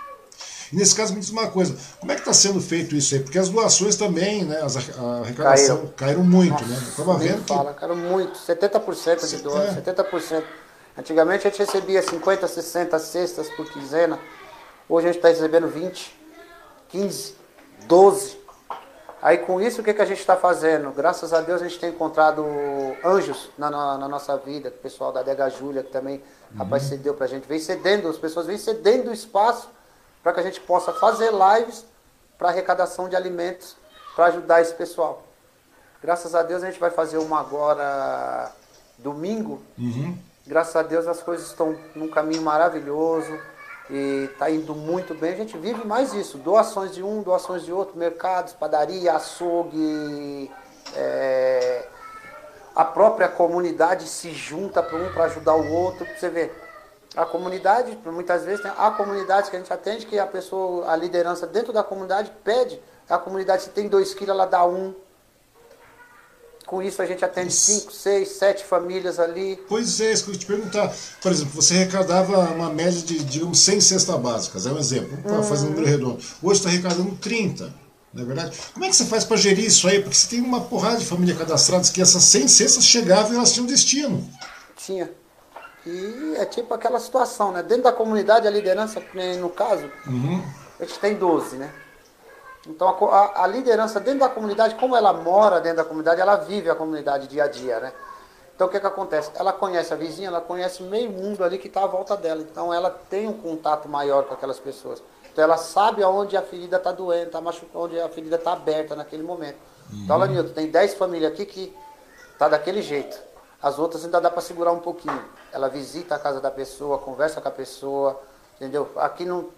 E nesse caso, me diz uma coisa, como é que está sendo feito isso aí? Porque as doações também, né, as, a arrecadação caíram, caíram muito, Nossa, né? Eu estava vendo que... fala, caíram muito, setenta por cento de doações, é. setenta por cento. Antigamente a gente recebia cinquenta, sessenta cestas por quinzena, hoje a gente está recebendo vinte, quinze, doze. Aí com isso o que, que a gente está fazendo? Graças a Deus a gente tem encontrado anjos na, na, na nossa vida, o pessoal da Adega Júlia que também, uhum. rapaz, cedeu para a gente, vem cedendo, as pessoas vêm cedendo o espaço para que a gente possa fazer lives para arrecadação de alimentos, para ajudar esse pessoal. Graças a Deus a gente vai fazer uma agora domingo, uhum. Graças a Deus as coisas estão num caminho maravilhoso e está indo muito bem. A gente vive mais isso, doações de um, doações de outro, mercados, padaria, açougue, é, a própria comunidade se junta para um para ajudar o outro. Você vê, a comunidade, muitas vezes tem a comunidade que a gente atende, que a pessoa, a liderança dentro da comunidade pede, a comunidade se tem dois quilos, ela dá um. Com isso a gente atende cinco, seis, sete famílias ali. Pois é, isso que eu ia te perguntar. Por exemplo, você arrecadava uma média de, digamos, cem cestas básicas, é um exemplo, para fazer um número redondo. Hoje está arrecadando trinta, não é verdade? Como é que você faz para gerir isso aí? Porque você tem uma porrada de família cadastradas que essas cem cestas chegavam e elas tinham destino. Tinha. E é tipo aquela situação, né? Dentro da comunidade, a liderança, no caso, uhum. a gente tem doze, né? Então a, a, a liderança dentro da comunidade, como ela mora dentro da comunidade, ela vive a comunidade dia a dia, né? Então o que que acontece? Ela conhece a vizinha, ela conhece meio mundo ali que está à volta dela. Então ela tem um contato maior com aquelas pessoas. Então ela sabe aonde a ferida está doendo, tá machucando, onde a ferida está aberta naquele momento. Uhum. Então, olha, Nilton, tem dez famílias aqui que tá daquele jeito. As outras ainda dá para segurar um pouquinho. Ela visita a casa da pessoa, conversa com a pessoa, entendeu? Aqui não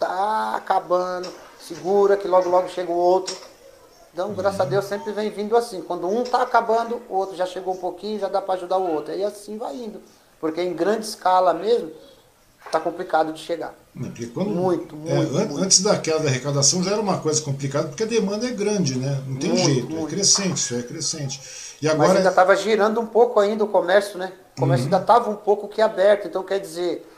tá acabando, segura que logo logo chega o outro. Então, graças a Deus, sempre vem vindo assim. Quando um tá acabando, o outro já chegou um pouquinho, já dá para ajudar o outro. E assim vai indo. Porque em grande escala mesmo, tá complicado de chegar. Porque quando, muito, é, muito, an muito. Antes daquela da arrecadação já era uma coisa complicada, porque a demanda é grande, né? Não tem muito, jeito, muito. é crescente, isso é crescente. E agora Mas ainda estava girando um pouco ainda o comércio, né? O comércio uhum. ainda estava um pouco que aberto. Então, quer dizer,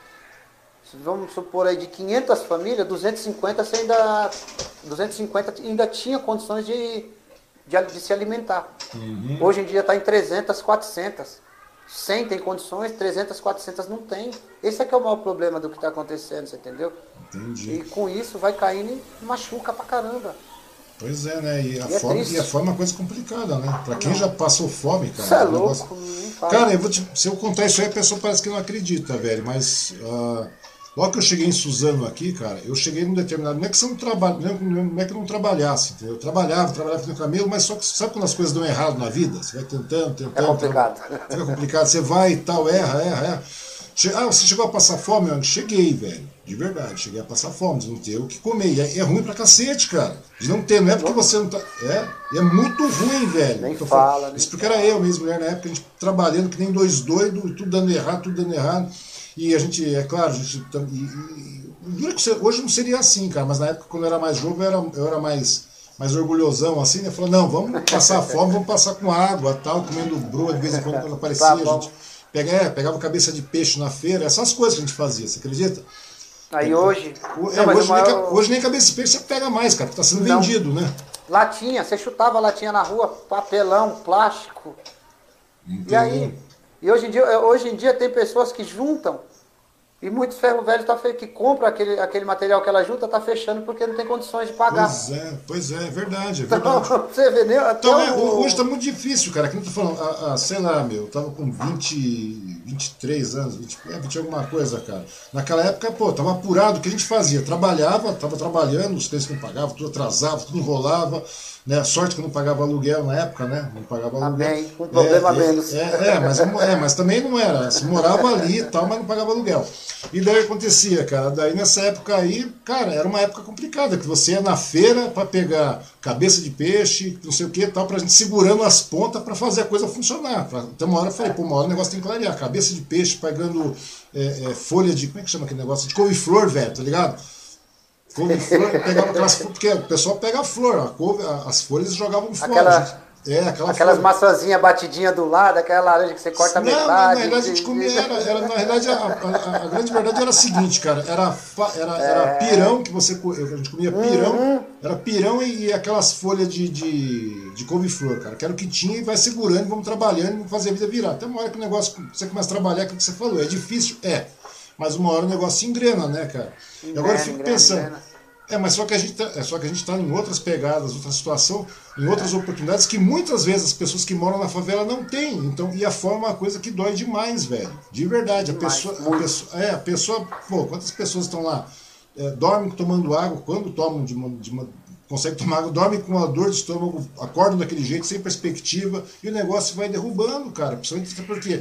vamos supor aí de quinhentas famílias, duzentas e cinquenta você ainda, duzentas e cinquenta ainda tinha condições de, de, de se alimentar. Uhum. Hoje em dia está em trezentas, quatrocentas. cem tem condições, trezentas, quatrocentas não tem. Esse é que é o maior problema do que está acontecendo, você entendeu? Entendi. E com isso vai caindo e machuca pra caramba. Pois é, né? E a, e fome, é e a fome é uma coisa complicada, né? Pra quem não. já passou fome, cara. Isso é louco, não fala. Cara, eu vou te, se eu contar isso aí, a pessoa parece que não acredita, velho. Mas uh, logo que eu cheguei em Suzano aqui, cara, eu cheguei num determinado. Não é que você não trabalha, não, não é que eu não trabalhasse, entendeu? Eu trabalhava, trabalhava no camelo, mas só que sabe quando as coisas dão errado na vida? Você vai tentando, tentando. É complicado. Tra... Fica complicado, você vai e tal, erra, erra, erra. Che... Ah, você chegou a passar fome, meu amigo? Cheguei, velho. De verdade, cheguei a passar fome, de não ter o que comer. E é, é ruim pra cacete, cara. De não ter, não é porque você não tá. É, e é muito ruim, velho. Nem fala, nem Isso porque era eu mesmo, mulher, na época, a gente trabalhando que nem dois doidos, tudo dando errado, tudo dando errado. E a gente, é claro, a gente. E, e, e, hoje não seria assim, cara, mas na época, quando eu era mais jovem, eu era, eu era mais, mais orgulhosão, assim, né? Falou, não, vamos passar fome, vamos passar com água, tal, comendo broa de vez em quando, quando aparecia, tá, a gente pegava, é, pegava cabeça de peixe na feira, essas coisas que a gente fazia, você acredita? Aí hoje. É, não, hoje, maior... nem, hoje nem cabeça de peixe você pega mais, cara, porque tá sendo não. vendido, né? Latinha, você chutava latinha na rua, papelão, plástico. Entendi. E aí? E hoje em dia, hoje em dia tem pessoas que juntam. E muitos ferro velhos tá fe... que compram aquele, aquele material que ela junta, tá fechando porque não tem condições de pagar. Pois é, pois é, é verdade, é verdade. Então, você vê, né? Até então, é, o... hoje tá muito difícil, cara. Que não tô falando, ah, ah, sei lá, meu, eu tava com vinte, vinte e três anos, vinte, é, vinte alguma coisa, cara. Naquela época, pô, tava apurado o que a gente fazia. Trabalhava, tava trabalhando, os clientes não pagavam, tudo atrasava, tudo enrolava. Né? Sorte que eu não pagava aluguel na época, né? Não pagava aluguel. Amém. Um problema é, menos. É, é, é, mas, é, mas também não era. Você morava ali e tal, mas não pagava aluguel. E daí acontecia, cara. Daí nessa época aí, cara, era uma época complicada, que você ia na feira para pegar cabeça de peixe, não sei o que tal, pra gente segurando as pontas para fazer a coisa funcionar. Então uma hora eu falei, pô, uma hora o negócio tem que clarear. Cabeça de peixe pegando é, é, folha de. Como é que chama aquele negócio? De couve-flor, velho, tá ligado? Couve-flor, pegava aquelas flores, porque o pessoal pega a flor, a couve, as folhas jogavam fora. Aquela, é, aquela aquelas folha. maçãzinhas batidinhas do lado, aquela laranja que você corta a não, metade. Não, na realidade a gente comia, era, era, na realidade a, a, a grande verdade era a seguinte, cara, era, era, era é. pirão que você, a gente comia pirão, uhum. era pirão e, e aquelas folhas de, de, de couve-flor, cara, que era o que tinha e vai segurando, vamos trabalhando e vamos fazer a vida virar. Até uma hora que o negócio, você começa a trabalhar, aquilo que você falou, é difícil? É, mas uma hora o negócio se engrena, né, cara? Engrena, e agora eu fico engrena, pensando... engrena. É, mas só que a gente tá, é só que a gente está em outras pegadas, outra situação, em outras oportunidades que muitas vezes as pessoas que moram na favela não têm. Então, e a fome é uma coisa que dói demais, velho. De verdade. Demais, a pessoa, a pessoa, é, a pessoa, pô, quantas pessoas estão lá, é, dormem tomando água, quando tomam de uma, de uma conseguem tomar água, dormem com uma dor de estômago, acordam daquele jeito, sem perspectiva, e o negócio vai derrubando, cara. Principalmente porque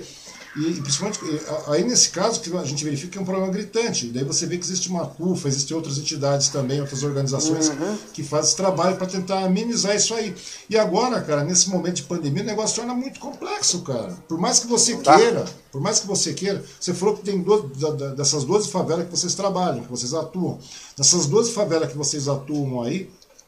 E, principalmente, aí nesse caso, que a gente verifica que é um problema gritante. Daí você vê que existe uma CUFA, existem outras entidades também, outras organizações Uhum. que fazem esse trabalho para tentar amenizar isso aí. E agora, cara, nesse momento de pandemia, o negócio torna muito complexo, cara. Por mais que você Não dá. queira, por mais que você queira, você falou que tem doze, dessas doze favelas que vocês trabalham, que vocês atuam. Dessas doze favelas que vocês atuam aí,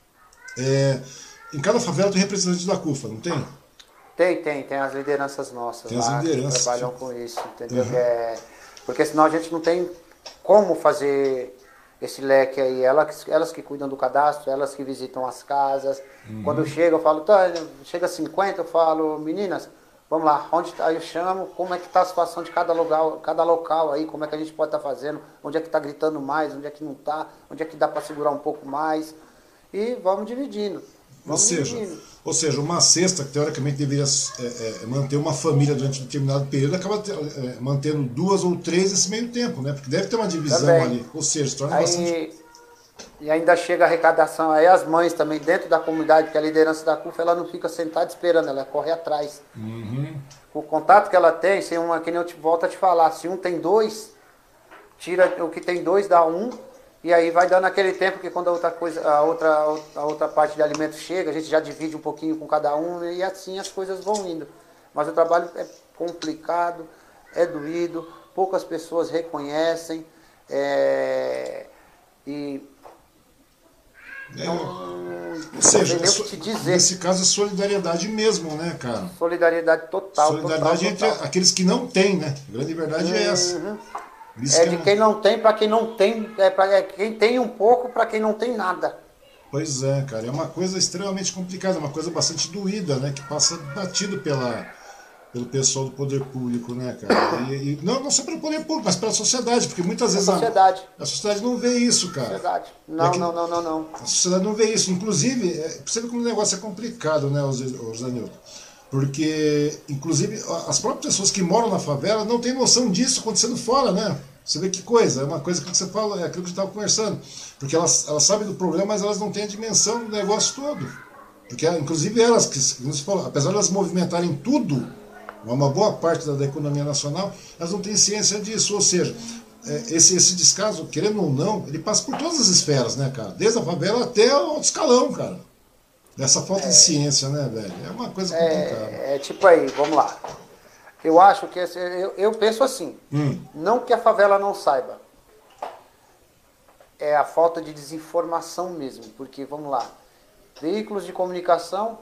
é, em cada favela tem representante da CUFA, não tem? Tem, tem, tem as lideranças nossas Tem lá as lideranças, que trabalham tipo... com isso, entendeu? Uhum. É, porque senão a gente não tem como fazer esse leque aí. Elas, elas que cuidam do cadastro, elas que visitam as casas. Uhum. Quando chega, eu falo, tá, chega cinquenta, eu falo, meninas, vamos lá, onde tá? Aí eu chamo, como é que está a situação de cada local, cada local aí, como é que a gente pode estar tá fazendo, onde é que está gritando mais, onde é que não está, onde é que dá para segurar um pouco mais. E vamos dividindo. Ou seja, ou seja, uma cesta que teoricamente deveria é, é, manter uma família durante um determinado período, acaba é, mantendo duas ou três nesse meio tempo, né? Porque deve ter uma divisão também ali. Ou seja, se torna aí, bastante... E ainda chega a arrecadação, aí as mães também dentro da comunidade, porque a liderança da CUFA ela não fica sentada esperando, ela corre atrás. Uhum. O contato que ela tem, se uma, que nem eu te volto a te falar, se um tem dois, tira o que tem dois, dá um. E aí vai dando aquele tempo que quando a outra, coisa, a outra, a outra parte de alimento chega, a gente já divide um pouquinho com cada um e assim as coisas vão indo. Mas o trabalho é complicado, é doído, poucas pessoas reconhecem. É, e é, não, ou seja, não sei nem o que te dizer. Nesse caso é solidariedade mesmo, né, cara? Solidariedade total. Solidariedade total, entre total. aqueles que não têm, né? A grande verdade uhum. é essa. Isso é de quem não tem para quem não tem, é para quem tem um pouco para quem não tem nada. Pois é, cara, é uma coisa extremamente complicada, uma coisa bastante doída, né, que passa batido pela, pelo pessoal do poder público, né, cara? E, e, não, não só pelo poder público, mas pela sociedade, porque muitas vezes a sociedade, a, a sociedade não vê isso, cara. Sociedade. Não, é que, não, não, não, não. A sociedade não vê isso. Inclusive, é, percebe como o negócio é complicado, né, Zanilton? Porque, inclusive, as próprias pessoas que moram na favela não têm noção disso acontecendo fora, né? Você vê que coisa, é uma coisa que você fala, é aquilo que a gente estava conversando. Porque elas, elas sabem do problema, mas elas não têm a dimensão do negócio todo. Porque, inclusive, elas, que você falou, apesar de elas movimentarem tudo, uma boa parte da, da economia nacional, elas não têm ciência disso. Ou seja, é, esse, esse descaso, querendo ou não, ele passa por todas as esferas, né, cara? Desde a favela até o alto escalão, cara. Essa falta é, de ciência, né, velho? É uma coisa complicada. É, é tipo aí, vamos lá. Eu acho que, eu, eu penso assim, hum. não que a favela não saiba, é a falta de desinformação mesmo, porque, vamos lá, veículos de comunicação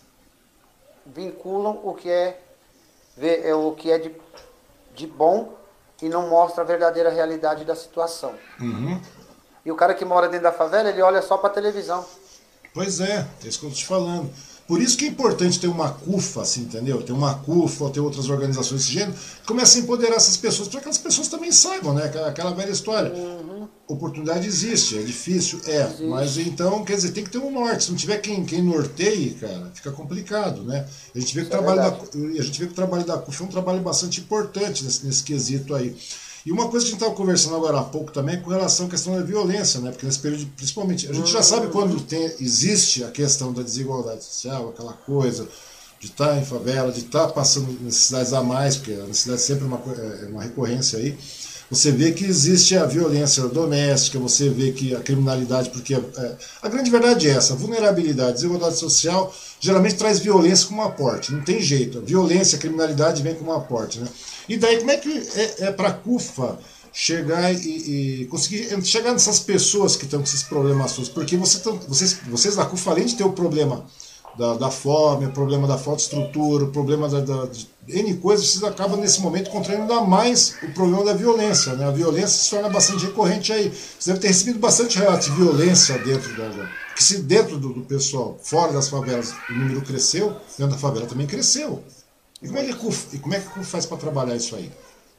vinculam o que é, é, o que é de, de bom e não mostra a verdadeira realidade da situação. Uhum. E o cara que mora dentro da favela, ele olha só para a televisão. Pois é, é isso que eu estou te falando. Por isso que é importante ter uma CUFA, assim, entendeu? Ter uma CUFA ou ter outras organizações desse gênero, que comecem a empoderar essas pessoas, para que as pessoas também saibam, né? Aquela velha história. Uhum. Oportunidade existe, é difícil, é. Existe. Mas então, quer dizer, tem que ter um norte. Se não tiver quem, quem norteie, cara, fica complicado, né? A gente vê que o trabalho, da, a gente vê que o trabalho da CUFA é um trabalho bastante importante nesse, nesse quesito aí. E uma coisa que a gente estava conversando agora há pouco também é com relação à questão da violência, né? Porque nesse período, principalmente, a gente já sabe quando tem, existe a questão da desigualdade social, aquela coisa de estar em favela, de estar passando necessidades a mais, porque a necessidade sempre é uma, é uma recorrência aí. Você vê que existe a violência doméstica, você vê que a criminalidade, porque é, a grande verdade é essa, a vulnerabilidade, a desigualdade social geralmente traz violência como aporte, não tem jeito, a violência, a criminalidade vem como aporte, né? E daí como é que é, é para a CUFA chegar e, e conseguir chegar nessas pessoas que estão com esses problemas todos? Porque você tão, vocês, vocês da CUFA, além de ter o problema da, da fome, o problema da falta de estrutura, o problema da, da, de N coisas, vocês acabam nesse momento encontrando ainda mais o problema da violência, né? A violência se torna bastante recorrente aí. Você deve ter recebido bastante relatos de violência dentro da... Porque se dentro do, do pessoal, fora das favelas, o número cresceu, dentro da favela também cresceu. E como é que a CUFA, e como é que a CUFA faz para trabalhar isso aí?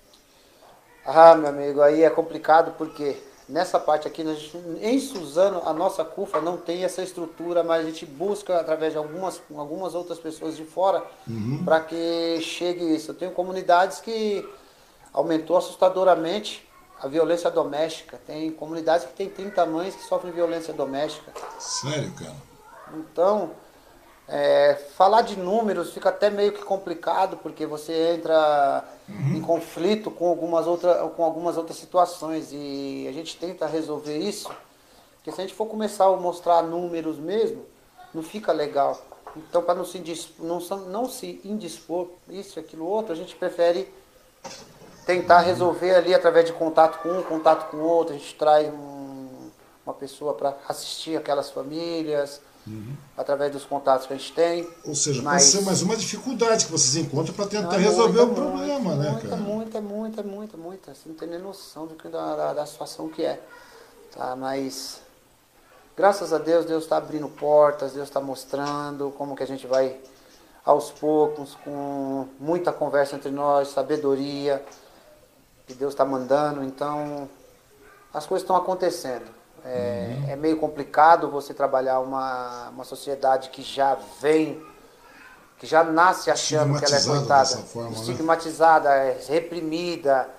Ah, meu amigo, aí é complicado porque nessa parte aqui, em Suzano, a nossa CUFA não tem essa estrutura, mas a gente busca através de algumas, algumas outras pessoas de fora uhum. para que chegue isso. Eu tenho comunidades que aumentou assustadoramente a violência doméstica. Tem comunidades que tem trinta mães que sofrem violência doméstica. Sério, cara? Então, É, falar de números fica até meio que complicado, porque você entra uhum. em conflito com algumas, outra, com algumas outras situações, e a gente tenta resolver isso, porque se a gente for começar a mostrar números mesmo, não fica legal. Então, para não se, não, não se indispor isso, aquilo, outro, a gente prefere tentar resolver ali através de contato com um, contato com o outro. A gente traz um, uma pessoa para assistir aquelas famílias, uhum. através dos contatos que a gente tem. Ou seja, mas... pode ser mais uma dificuldade que vocês encontram para tentar não, resolver muita, o problema, muita, né, muita, cara? Muita, muita, muita, muita. Você não tem nem noção do que, da, da, da situação que é. Tá? Mas, graças a Deus, Deus está abrindo portas, Deus está mostrando como que a gente vai, aos poucos, com muita conversa entre nós, sabedoria, que Deus está mandando. Então, as coisas estão acontecendo. É, uhum. é meio complicado você trabalhar uma, uma sociedade que já vem, que já nasce achando que ela é coitada, forma, estigmatizada, né? reprimida,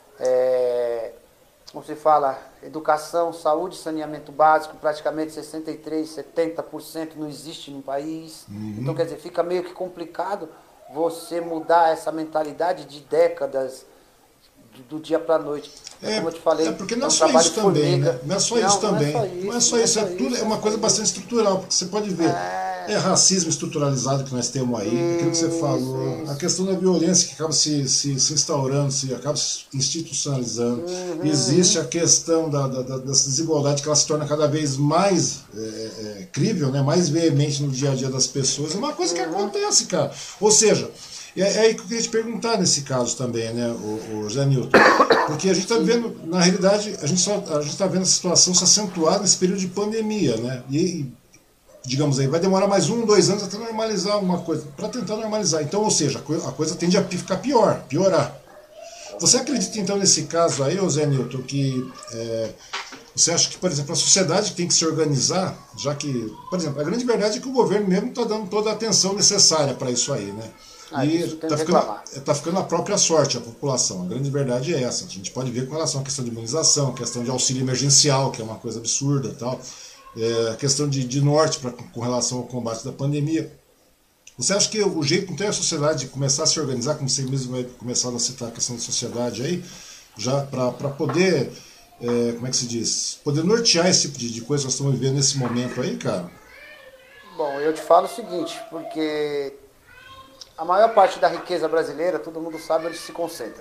é, como se fala, educação, saúde, saneamento básico, praticamente sessenta e três, setenta por cento não existe no país. Uhum. Então, quer dizer, fica meio que complicado você mudar essa mentalidade de décadas, do dia para a noite. É, como eu te falei, é porque não é, é um só isso também, formiga. né? Não é só não, isso não também. É só isso, não é só isso, é, tudo, isso, é uma coisa bastante estrutural, porque você pode ver, é, é racismo estruturalizado que nós temos aí, isso, aquilo que você falou, isso. a questão da violência que acaba se, se, se instaurando, se acaba se institucionalizando. Uhum. Existe a questão da, da, da, dessa desigualdade que ela se torna cada vez mais é, é, crível, né? mais veemente no dia a dia das pessoas. É uma coisa que uhum. acontece, cara. Ou seja, é, é aí que eu queria te perguntar nesse caso também, né, o, o Zé Nilton. Porque a gente está vendo, na realidade, a gente só, a gente está vendo a situação se acentuar nesse período de pandemia, né? E, e, digamos aí, vai demorar mais um, dois anos até normalizar alguma coisa, para tentar normalizar. Então, ou seja, a coisa tende a ficar pior, piorar. Você acredita, então, nesse caso aí, ô Zé Nilton, que é, você acha que, por exemplo, a sociedade tem que se organizar, já que, por exemplo, a grande verdade é que o governo mesmo está dando toda a atenção necessária para isso aí, né? Ah, e está ficando, tá ficando a própria sorte a população. A grande verdade é essa. A gente pode ver com relação à questão de imunização, questão de auxílio emergencial, que é uma coisa absurda, tal, é, a questão de, de norte pra, com relação ao combate da pandemia. Você acha que o jeito que tem a sociedade de começar a se organizar, como você mesmo vai começar a citar a questão da sociedade aí, já para poder, é, como é que se diz, poder nortear esse tipo de, de coisa que nós estamos vivendo nesse momento aí, cara? Bom, eu te falo o seguinte, porque a maior parte da riqueza brasileira, todo mundo sabe onde se concentra.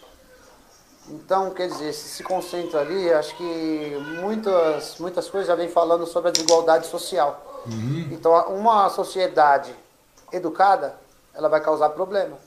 Então, quer dizer, se se concentra ali, acho que muitas, muitas coisas já vem falando sobre a desigualdade social. Uhum. Então, uma sociedade educada, ela vai causar problema.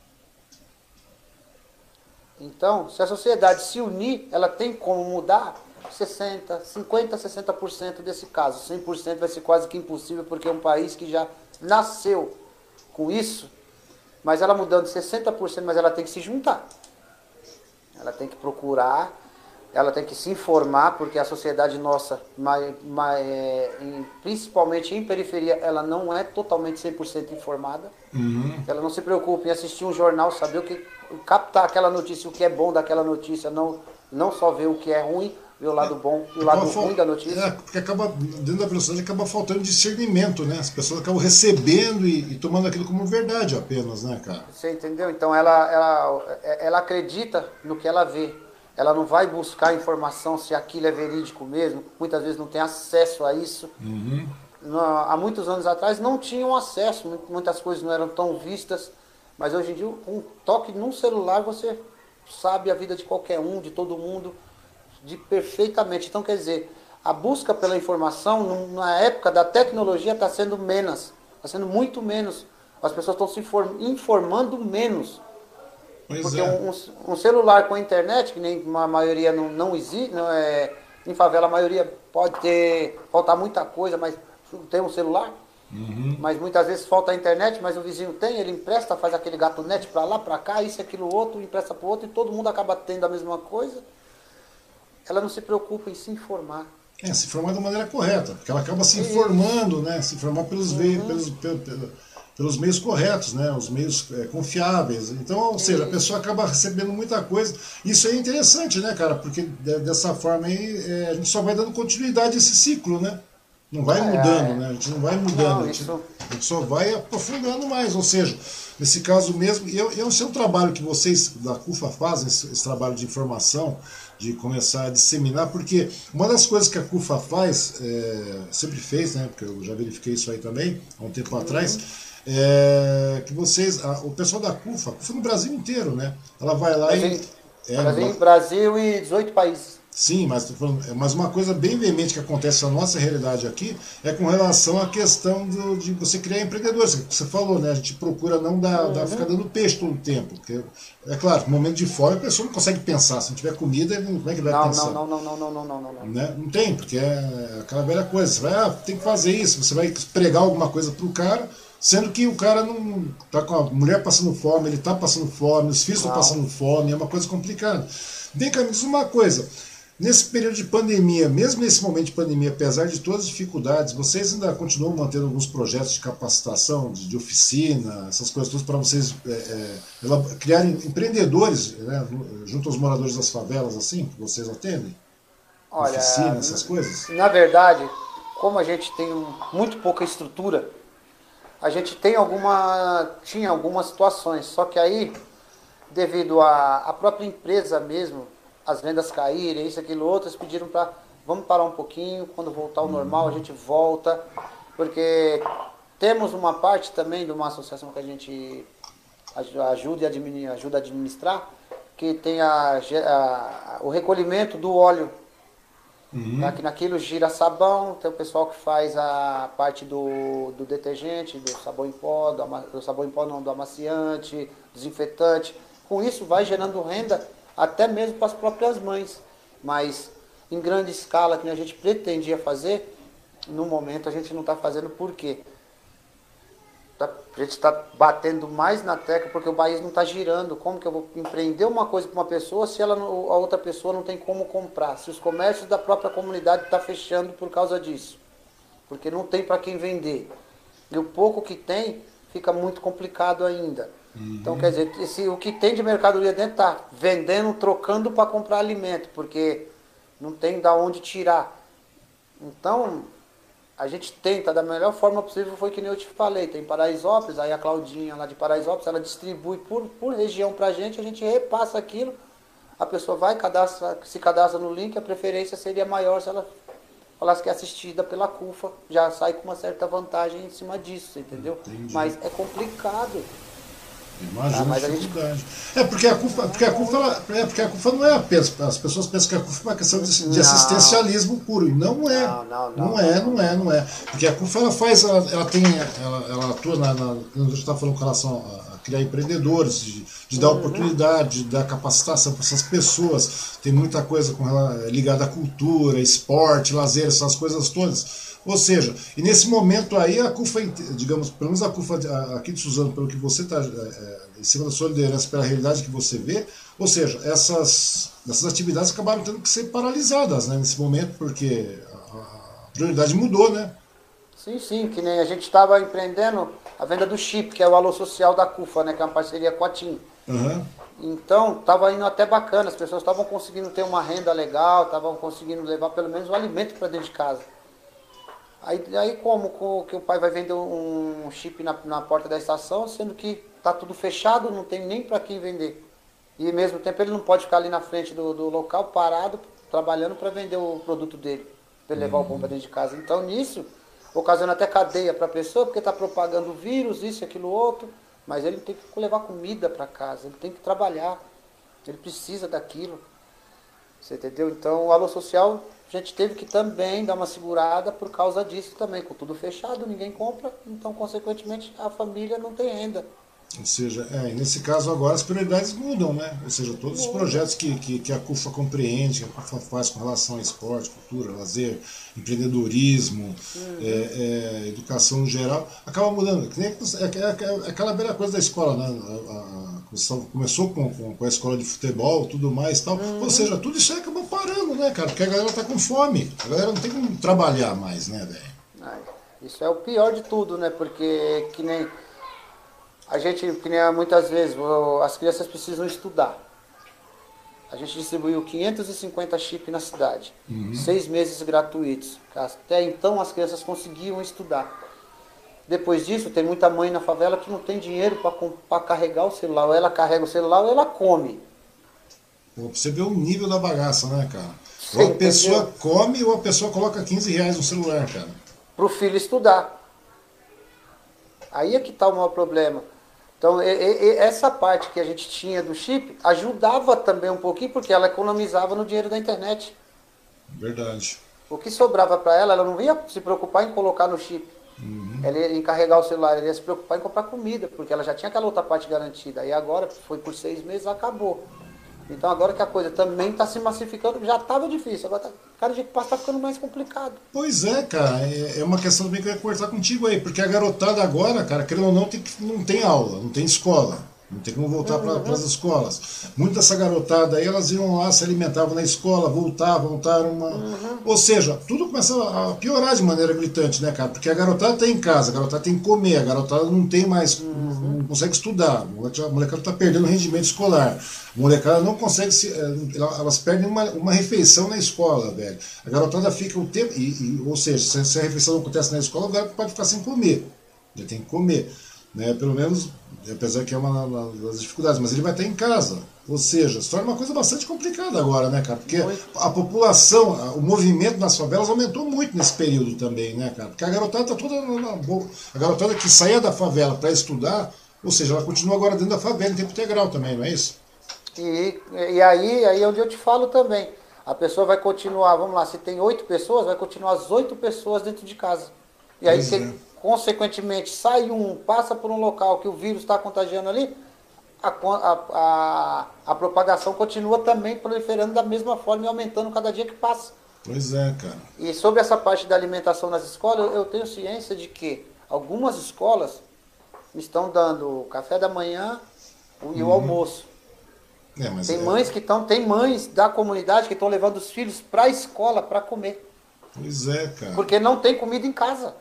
Então, se a sociedade se unir, ela tem como mudar sessenta, cinquenta, sessenta por cento desse caso. cem por cento vai ser quase que impossível, porque é um país que já nasceu com isso, mas ela mudando sessenta por cento, mas ela tem que se juntar. Ela tem que procurar, ela tem que se informar, porque a sociedade nossa, mais, mais, em, principalmente em periferia, ela não é totalmente cem por cento informada. Uhum. Ela não se preocupa em assistir um jornal, saber o que, captar aquela notícia, o que é bom daquela notícia, não, não só ver o que é ruim, ver o lado bom e o lado ruim da notícia. É, porque acaba, dentro da velocidade, acaba faltando discernimento, né? As pessoas acabam recebendo e, e tomando aquilo como verdade apenas, né, cara? Você entendeu? Então ela, ela, ela acredita no que ela vê. Ela não vai buscar informação se aquilo é verídico mesmo. Muitas vezes não tem acesso a isso. Uhum. Há muitos anos atrás não tinham acesso, muitas coisas não eram tão vistas. Mas hoje em dia, um toque num celular, você sabe a vida de qualquer um, de todo mundo, de perfeitamente. Então, quer dizer, a busca pela informação, na época da tecnologia, está sendo menos, está sendo muito menos. As pessoas estão se informando menos. Pois porque é. um, um celular com internet, que nem a maioria não, não existe, não é, em favela a maioria pode ter, faltar muita coisa, mas tem um celular. Uhum. Mas muitas vezes falta a internet, mas o vizinho tem, ele empresta, faz aquele gato net para lá, para cá, isso, aquilo, outro, empresta para o outro, e todo mundo acaba tendo a mesma coisa. Ela não se preocupa em se informar. É, se informar da maneira correta, porque ela acaba se informando, né? Se informar pelos, uhum. veios, pelos, pelos, pelos meios corretos, né? Os meios é, confiáveis. Então, ou seja, a pessoa acaba recebendo muita coisa. Isso é interessante, né, cara? Porque dessa forma aí é, a gente só vai dando continuidade a esse ciclo, né? Não vai É, mudando, é. né? A gente não vai mudando, Não, a gente, isso. a gente só vai aprofundando mais. Ou seja, nesse caso mesmo, e eu, eu não sei o trabalho que vocês da CUFA fazem, esse, esse trabalho de informação, de começar a disseminar, porque uma das coisas que a CUFA faz, é, sempre fez, né? Porque eu já verifiquei isso aí também, há um tempo atrás, Uhum. é que vocês, a, o pessoal da CUFA, a CUFA no Brasil inteiro, né? Ela vai lá e. Brasil, É, no, Brasil, Brasil e dezoito países. sim, mas, tô falando- é, mas uma coisa bem veemente que acontece na nossa realidade aqui é com relação à questão do- de você criar empreendedores. Você falou, né? A gente procura não dar, dar- ficar Uhum. dando peixe todo o tempo. Porque, é claro, no momento de fome a pessoa não consegue pensar. Se não tiver comida, ele não- como é que vai Não, não, pensar? não, não, não, não, não, não, não, não. Né? Não tem, porque é aquela velha coisa. Você vai, ah, tem que fazer isso. Você vai pregar alguma coisa pro cara, sendo que o cara não tá com a mulher passando fome, ele tá passando fome, os filhos estão Não. passando fome, é uma coisa complicada. Vem cá, me diz uma coisa. Nesse período de pandemia, mesmo nesse momento de pandemia, apesar de todas as dificuldades, vocês ainda continuam mantendo alguns projetos de capacitação, de, de oficina, essas coisas todas, para vocês é, é, elab- criarem empreendedores, né, junto aos moradores das favelas, assim, que vocês atendem? Olha, Oficina, essas coisas? na verdade, como a gente tem um- muito pouca estrutura, a gente tem alguma, tinha algumas situações, só que aí, devido à à própria empresa mesmo, as vendas caírem, isso, aquilo, outro, eles pediram para, vamos parar um pouquinho, quando voltar ao normal a gente volta, porque temos uma parte também de uma associação que a gente aj- ajuda, e admini- ajuda a administrar, que tem a, ge- a- o recolhimento do óleo. Tá? Que naquilo gira sabão, tem o pessoal que faz a parte do, do detergente, do sabão em pó, do, ama- do sabão em pó não, do amaciante, desinfetante. Com isso vai gerando renda até mesmo para as próprias mães. Mas em grande escala, que a gente pretendia fazer, no momento a gente não está fazendo por quê? Tá- A gente está batendo mais na tecla porque o país não está girando. Como que eu vou empreender uma coisa para uma pessoa se ela, não- a outra pessoa não tem como comprar? Se os comércios da própria comunidade estão fechando por causa disso. Porque não tem para quem vender. E o pouco que tem fica muito complicado ainda. Então, quer dizer, esse, o que tem de mercadoria dentro está vendendo, trocando para comprar alimento, porque não tem da onde tirar. Então, a gente tenta da melhor forma possível, foi que nem eu te falei, tem Paraisópolis, aí a Claudinha lá de Paraisópolis, ela distribui por, por região pra gente, a gente repassa aquilo, a pessoa vai, cadastra, se cadastra no link, a preferência seria maior se ela falasse que é assistida pela CUFA, já sai com uma certa vantagem em cima disso, entendeu? Entendi. Mas é complicado. Imagina Ah, mas a a gente- dificuldade. É porque a CUFA, porque a CUFA, ela- é porque a CUFA não é apenas. As pessoas pensam que a CUFA é uma questão de, de Não. assistencialismo puro. E não é. Não, não, não, Não é, não, não é, não é. Porque a CUFA ela faz, ela, ela tem, ela, ela atua na, na. A gente estava falando com relação a, a criar empreendedores, de, de dar oportunidade, de dar capacitação para essas pessoas. Tem muita coisa com ela ligada à cultura, esporte, lazer, essas coisas todas. Ou seja, e nesse momento aí a CUFA, digamos, pelo menos a CUFA aqui de Suzano, pelo que você está, é, é, em cima da sua liderança, pela realidade que você vê, ou seja, essas, essas atividades acabaram tendo que ser paralisadas, né, nesse momento, porque a, a prioridade mudou, né? Sim, sim, que nem a gente estava empreendendo a venda do chip, que é o Alô Social da CUFA, né, que é uma parceria com a TIM. Uhum. Então, estava indo até bacana, as pessoas estavam conseguindo ter uma renda legal, estavam conseguindo levar pelo menos o alimento para dentro de casa. Aí, aí como co- que o pai vai vender um chip na, na porta da estação, sendo que está tudo fechado, não tem nem para quem vender. E ao mesmo tempo ele não pode ficar ali na frente do, do local parado, trabalhando para vender o produto dele, para ele levar o pão para dentro de casa. Então nisso, ocasiona até cadeia para a pessoa, porque está propagando vírus, isso, aquilo, outro, mas ele tem que levar comida para casa, ele tem que trabalhar, ele precisa daquilo. Você entendeu? Então o Alô Social, a gente teve que também dar uma segurada por causa disso também. Com tudo fechado, ninguém compra, então consequentemente a família não tem renda. Ou seja, é, e nesse caso agora as prioridades mudam, né? Ou seja, todos os projetos que, que, que a CUFA compreende, que a CUFA faz com relação a esporte, cultura, lazer, empreendedorismo, é, é, educação no geral, acaba mudando. Que nem- É, é- é aquela velha coisa da escola, né? A- a- a- começou com, com, com a escola de futebol, tudo mais e tal. Ou seja, tudo isso aí acabou parando, né, cara? Porque a galera tá com fome. A galera não tem como trabalhar mais, né, velho? Ai, isso é o pior de tudo, né? Porque que nem a gente, que nem muitas vezes, o- as crianças precisam estudar. A gente distribuiu quinhentos e cinquenta chips na cidade. Uhum. Seis meses gratuitos. Até então as crianças conseguiam estudar. Depois disso, tem muita mãe na favela que não tem dinheiro para carregar o celular. Ou ela carrega o celular ou ela come. Pô, pra você ver o nível da bagaça, né, cara? Sim, ou a pessoa entendeu? come ou a pessoa coloca quinze reais no celular, cara. Para o filho estudar. Aí é que está o maior problema. Então, e, e, essa parte que a gente tinha do chip ajudava também um pouquinho, porque ela economizava no dinheiro da internet. Verdade. O que sobrava para ela, ela não ia se preocupar em colocar no chip. Uhum. Ela ia encarregar o celular, ela ia se preocupar em comprar comida, porque ela já tinha aquela outra parte garantida. E agora, foi por seis meses, acabou. Então agora que a coisa também está se massificando, já estava difícil, agora tá, cada dia que passa está ficando mais complicado. Pois é, cara, é, é uma questão também que eu ia conversar contigo aí, porque a garotada agora, cara, querendo ou não, tem, não tem aula, não tem escola. Não tem como voltar uhum. para as escolas. Muita dessa garotada aí, elas iam lá, se alimentavam na escola, voltavam, voltaram uma... Uhum. Ou seja, tudo começa a piorar de maneira gritante, né, cara? Porque a garotada está em casa, a garotada tem que comer, a garotada não tem mais, uhum. não consegue estudar, a molecada está perdendo rendimento escolar. A molecada não consegue se... Elas perdem uma, uma refeição na escola, velho. A garotada fica o tempo... E, e, ou seja, se a refeição não acontece na escola, o garoto pode ficar sem comer. Ele tem que comer. Né, pelo menos, apesar que é uma das dificuldades, mas ele vai estar em casa. Ou seja, se torna uma coisa bastante complicada agora, né, cara? Porque muito. A população, o movimento nas favelas aumentou muito nesse período também, né, cara? Porque a garotada tá toda na boa. A garotada que saía da favela para estudar, ou seja, ela continua agora dentro da favela em tempo integral também, não é isso? E, e aí, aí é onde eu te falo também. A pessoa vai continuar, vamos lá, se tem oito pessoas, vai continuar as oito pessoas dentro de casa. E aí, se, é. consequentemente, sai um, passa por um local que o vírus está contagiando ali, a, a, a, a propagação continua também proliferando da mesma forma e aumentando cada dia que passa. Pois é, cara. E sobre essa parte da alimentação nas escolas, eu, eu tenho ciência de que algumas escolas estão dando o café da manhã e uhum. o almoço. É, mas tem é... mães que estão, tem mães da comunidade que estão levando os filhos para a escola para comer. Pois é, cara. Porque não tem comida em casa.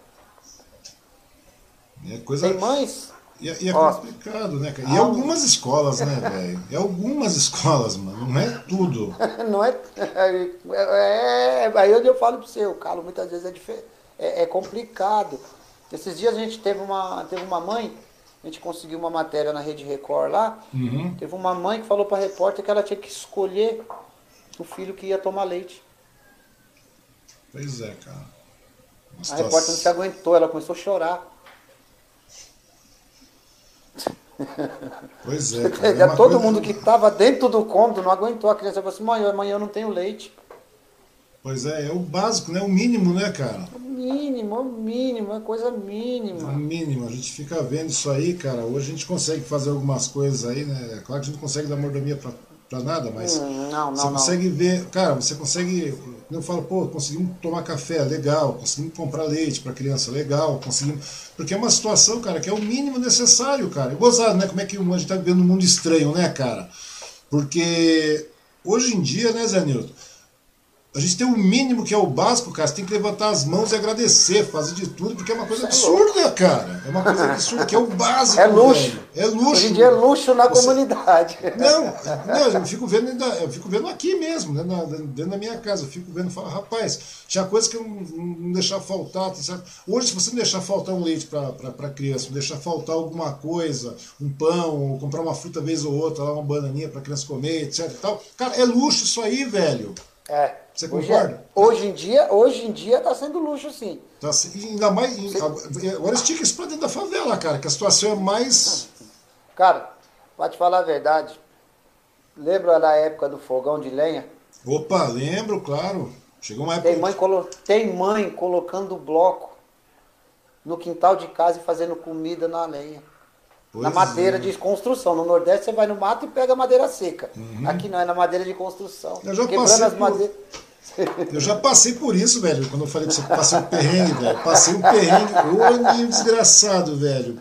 É coisa... Tem mães. E é, e é complicado, né, cara? E ah, algumas escolas, né, velho? E algumas escolas, mano. Não é tudo. Não é, é, é. Aí onde eu falo pro você, o calo muitas vezes é, dif... é, é complicado. Esses dias a gente teve uma, teve uma mãe, a gente conseguiu uma matéria na Rede Record lá. Uhum. Teve uma mãe que falou pra repórter que ela tinha que escolher o filho que ia tomar leite. Pois é, cara. A repórter não se aguentou, ela começou a chorar. Pois é, cara, é todo coisa... mundo que estava dentro do cômodo não aguentou. A criança falou assim: mãe, amanhã eu não tenho leite. Pois é, é o básico, né? O mínimo, né, cara? O mínimo, o mínimo, é coisa mínima. É o mínimo, a gente fica vendo isso aí, cara. Hoje a gente consegue fazer algumas coisas aí, né? É claro que a gente não consegue dar mordomia pra, pra nada, mas hum, não, não, você consegue não. ver, cara, você consegue. Eu falo, pô, conseguimos tomar café, legal, conseguimos comprar leite pra criança, legal, conseguimos. Porque é uma situação, cara, que é o mínimo necessário, cara. E gozado, né? Como é que a gente tá vivendo um mundo estranho, né, cara? Porque hoje em dia, né, Zé Nilton? A gente tem o mínimo que é o básico, cara. Você tem que levantar as mãos e agradecer, fazer de tudo, porque é uma coisa absurda, cara. É uma coisa absurda, que é o básico. É luxo. Velho. É luxo. Hoje em dia é luxo na Você... comunidade. Não, não, eu fico vendo ainda, eu fico vendo aqui mesmo, né, na, dentro da minha casa. Eu fico vendo e falo, rapaz, tinha coisa que eu não, não deixava faltar. Certo? Hoje, se você não deixar faltar um leite para a criança, não deixar faltar alguma coisa, um pão, ou comprar uma fruta vez ou outra, lá, uma bananinha para a criança comer, etc e tal. Cara, é luxo isso aí, velho. É. Você hoje concorda? É. Hoje em dia, hoje em dia tá sendo luxo, sim. Tá, ainda mais. Agora estica isso pra dentro da favela, cara, que a situação é mais. Cara, pra te falar a verdade, lembra da época do fogão de lenha? Opa, lembro, claro. Chegou uma época. Tem mãe, colo... Tem mãe colocando bloco no quintal de casa e fazendo comida na lenha. Pois na madeira é. de construção. No Nordeste você vai no mato e pega madeira seca. Uhum. Aqui não, é na madeira de construção. Eu já passei as por... madeiras. Eu já passei por isso, velho. Quando eu falei pra você que passei um perrengue, velho. Passei um perrengue. Ô, aninho desgraçado, velho.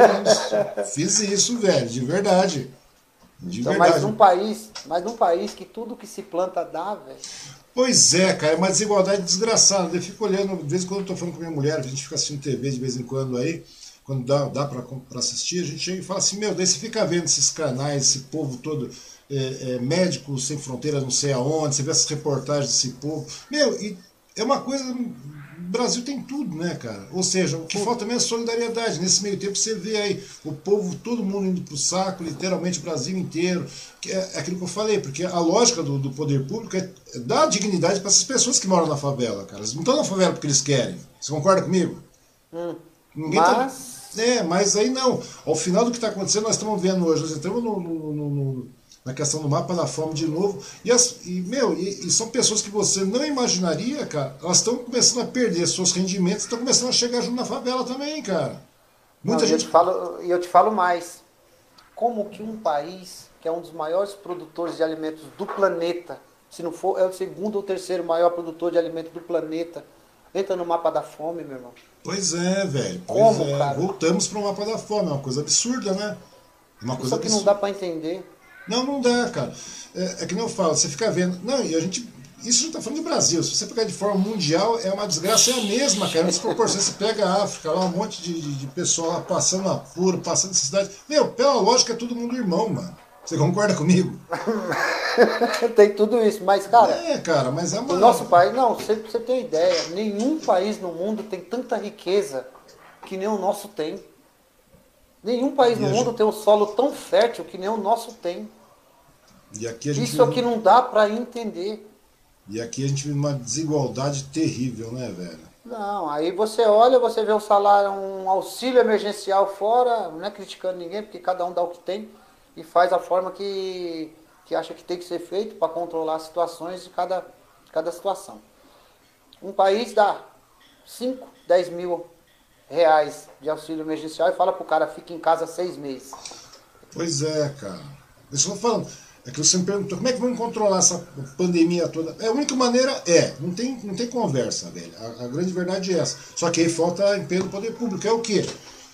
Eu fiz isso, velho. De verdade. De então, verdade. Mas num país, mas num país que tudo que se planta dá, velho. Pois é, cara. É uma desigualdade desgraçada. Eu fico olhando, de vez em quando eu tô falando com minha mulher, a gente fica assistindo T V de vez em quando aí. Quando dá, dá para assistir, a gente chega e fala assim, meu, daí você fica vendo esses canais, esse povo todo. é, é, Médicos Sem Fronteiras, não sei aonde, você vê essas reportagens desse povo. Meu, e é uma coisa. O Brasil tem tudo, né, cara? Ou seja, o que falta também é solidariedade. Nesse meio tempo você vê aí o povo, todo mundo indo pro saco, literalmente o Brasil inteiro. Que é aquilo que eu falei, porque a lógica do, do poder público é dar dignidade para essas pessoas que moram na favela, cara. Eles não estão na favela porque eles querem. Você concorda comigo? Hum. Ninguém Mas... tá... É, mas aí não. Ao final do que está acontecendo, nós estamos vendo hoje, nós entramos no, no, no, no, na questão do mapa da fome de novo, e, as, e meu, e, e são pessoas que você não imaginaria, cara, elas estão começando a perder seus rendimentos, estão começando a chegar junto na favela também, cara. Muita não, gente... E eu, te falo, eu te falo mais. Como que um país, que é um dos maiores produtores de alimentos do planeta, se não for, é o segundo ou terceiro maior produtor de alimentos do planeta, entra no mapa da fome, meu irmão. Pois é, velho. Pois Como, é. cara? Voltamos para o mapa da fome. É uma coisa absurda, né? Uma coisa Isso que absurda. não dá para entender. Não, não dá, cara. É, é que nem eu falo, você fica vendo. Não, e a gente. Isso já tá falando de Brasil. Se você pegar de forma mundial, é uma desgraça, é a mesma, cara. Nas proporções, você pega a África, lá um monte de, de, de pessoal lá passando apuro, passando necessidade. Meu, pela lógica, é todo mundo irmão, mano. Você concorda comigo? Tem tudo isso, mas, cara... É, cara, mas é uma... O nosso país, não, você, você tem ideia, nenhum país no mundo tem tanta riqueza que nem o nosso tem. Nenhum país no mundo tem um solo tão fértil que nem o nosso tem. E aqui a gente Isso aqui não dá para entender. E aqui a gente vê uma desigualdade terrível, né, velho? Não, aí você olha, você vê um salário, um auxílio emergencial fora, não é criticando ninguém, porque cada um dá o que tem e faz a forma que, que acha que tem que ser feito para controlar as situações de cada, cada situação. Um país dá cinco, dez mil reais de auxílio emergencial e fala pro cara, fica em casa seis meses. Pois é, cara. Eu só tô falando, é que você me perguntou, como é que vamos controlar essa pandemia toda? É, a única maneira é, não tem, não tem conversa, velho. A, a grande verdade é essa. Só que aí falta empenho do poder público. É o quê?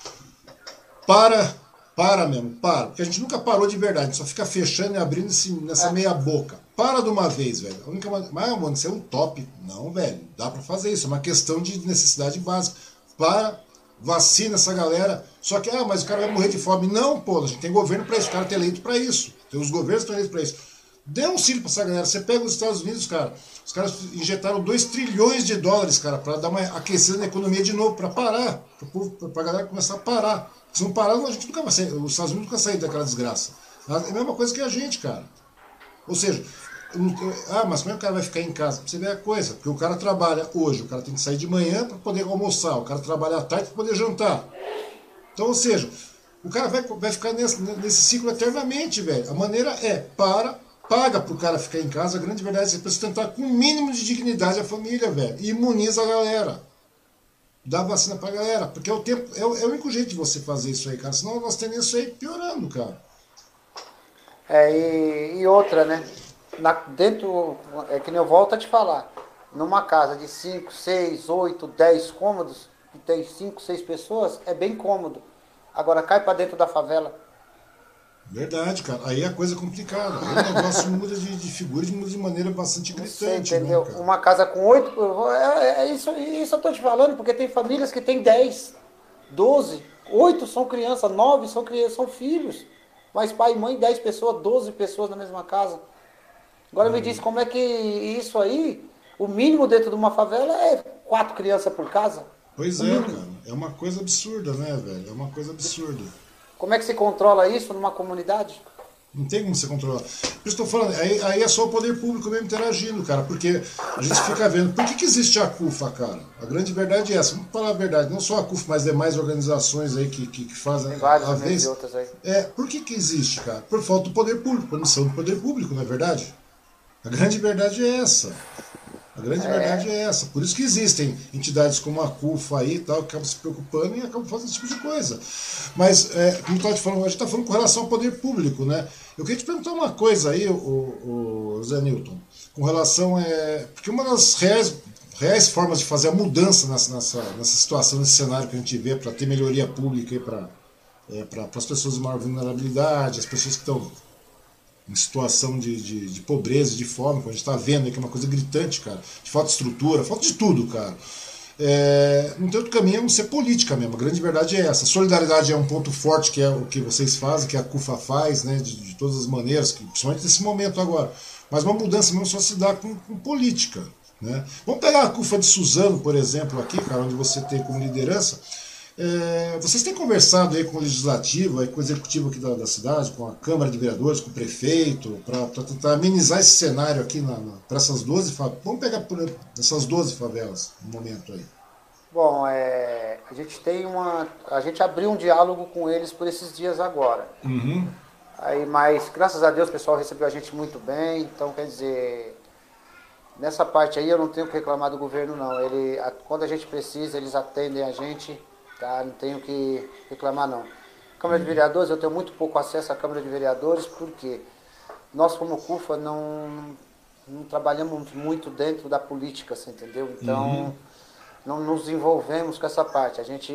Para, para mesmo, para. Porque a gente nunca parou de verdade, a gente só fica fechando e abrindo esse, nessa é. meia boca. Para de uma vez, velho. A única maneira, mas, mano, isso é utópico. Não, velho, dá pra fazer isso. É uma questão de necessidade básica. Para, vacina essa galera. Só que, ah, mas o cara vai morrer de fome. Não, pô, a gente tem governo pra isso, o cara tem eleito pra isso. Tem os governos que estão eleitos pra isso. Dê um auxílio pra essa galera. Você pega os Estados Unidos, cara. Os caras injetaram dois trilhões de dólares, cara, pra dar uma aquecida na economia de novo, pra parar. Pra, povo, pra galera começar a parar. Se não parar, a gente nunca vai sair. Os Estados Unidos nunca vai sair daquela desgraça. É a mesma coisa que a gente, cara. Ou seja, ah, mas como é que o cara vai ficar em casa? Você vê a coisa, porque o cara trabalha hoje, o cara tem que sair de manhã para poder almoçar, o cara trabalha à tarde para poder jantar. Então, ou seja, o cara vai, vai ficar nesse, nesse ciclo eternamente, velho. A maneira é, para, paga pro cara ficar em casa, a grande verdade é você precisa tentar com o mínimo de dignidade a família, velho, e imuniza a galera. Dá vacina pra galera, porque é o, tempo, é o, é o único jeito de você fazer isso aí, cara, senão nós temos isso aí piorando, cara. É, e, e outra, né? Na, dentro, é que nem eu volto a te falar, numa casa de cinco, seis, oito, dez cômodos, que tem cinco, seis pessoas, é bem cômodo. Agora cai para dentro da favela. Verdade, cara. Aí a coisa é complicada. Aí o negócio muda de, de figura e muda de maneira bastante gritante. Você entendeu? Né, uma casa com oito, é, é isso, isso eu tô te falando, porque tem famílias que tem dez, doze, oito são crianças, nove são crianças, são filhos. Mas pai e mãe, dez pessoas, doze pessoas na mesma casa. Agora hum. me diz como é que isso aí, o mínimo dentro de uma favela é quatro crianças por casa? Pois é, cara. É uma coisa absurda, né, velho? É uma coisa absurda. Como é que se controla isso numa comunidade? Não tem como você controlar. Por isso que eu estou falando, aí, aí é só o poder público mesmo interagindo, cara, porque a gente fica vendo, por que, que existe a CUFA, cara? A grande verdade é essa, vamos falar a verdade, não só a CUFA, mas demais organizações aí que, que, que fazem tem várias a vez. E outras aí. É, por que que existe, cara? Por falta do poder público, por missão do poder público, não é verdade? A grande verdade é essa. A grande é. verdade é essa. Por isso que existem entidades como a CUFA aí e tal, que acabam se preocupando e acabam fazendo esse tipo de coisa. Mas, é, como eu estava te falando, a gente está falando com relação ao poder público, né? Eu queria te perguntar uma coisa aí, o, o Zé Newton, com relação. É, porque uma das reais, reais formas de fazer a mudança nessa, nessa, nessa situação, nesse cenário que a gente vê, para ter melhoria pública e para é, para as pessoas de maior vulnerabilidade, as pessoas que estão em situação de, de, de pobreza, de fome, que a gente está vendo aí, que é uma coisa gritante, cara, de falta de estrutura, falta de tudo, cara. É, não tem outro caminho a não ser política mesmo. A grande verdade é essa. Solidariedade é um ponto forte, que é o que vocês fazem, que a CUFA faz, né, de, de todas as maneiras, que, principalmente nesse momento agora. Mas uma mudança mesmo só se dá com, com política. Né? Vamos pegar a CUFA de Suzano, por exemplo, aqui, cara, onde você tem como liderança. É, vocês têm conversado aí com o legislativo, aí com o executivo aqui da, da cidade, com a Câmara de Vereadores, com o prefeito, para tentar amenizar esse cenário aqui para essas doze favelas. Vamos pegar por essas doze favelas no momento aí. Bom, é, a gente tem uma. A gente abriu um diálogo com eles por esses dias agora. Uhum. Aí, mas graças a Deus o pessoal recebeu a gente muito bem, então quer dizer. Nessa parte aí eu não tenho que reclamar do governo não. Ele, a, quando a gente precisa, eles atendem a gente. Tá, não tenho que reclamar não. Câmara de Vereadores, eu tenho muito pouco acesso à Câmara de Vereadores, porque nós como CUFA não, não trabalhamos muito dentro da política, você entendeu? Então, uhum. não nos envolvemos com essa parte. A gente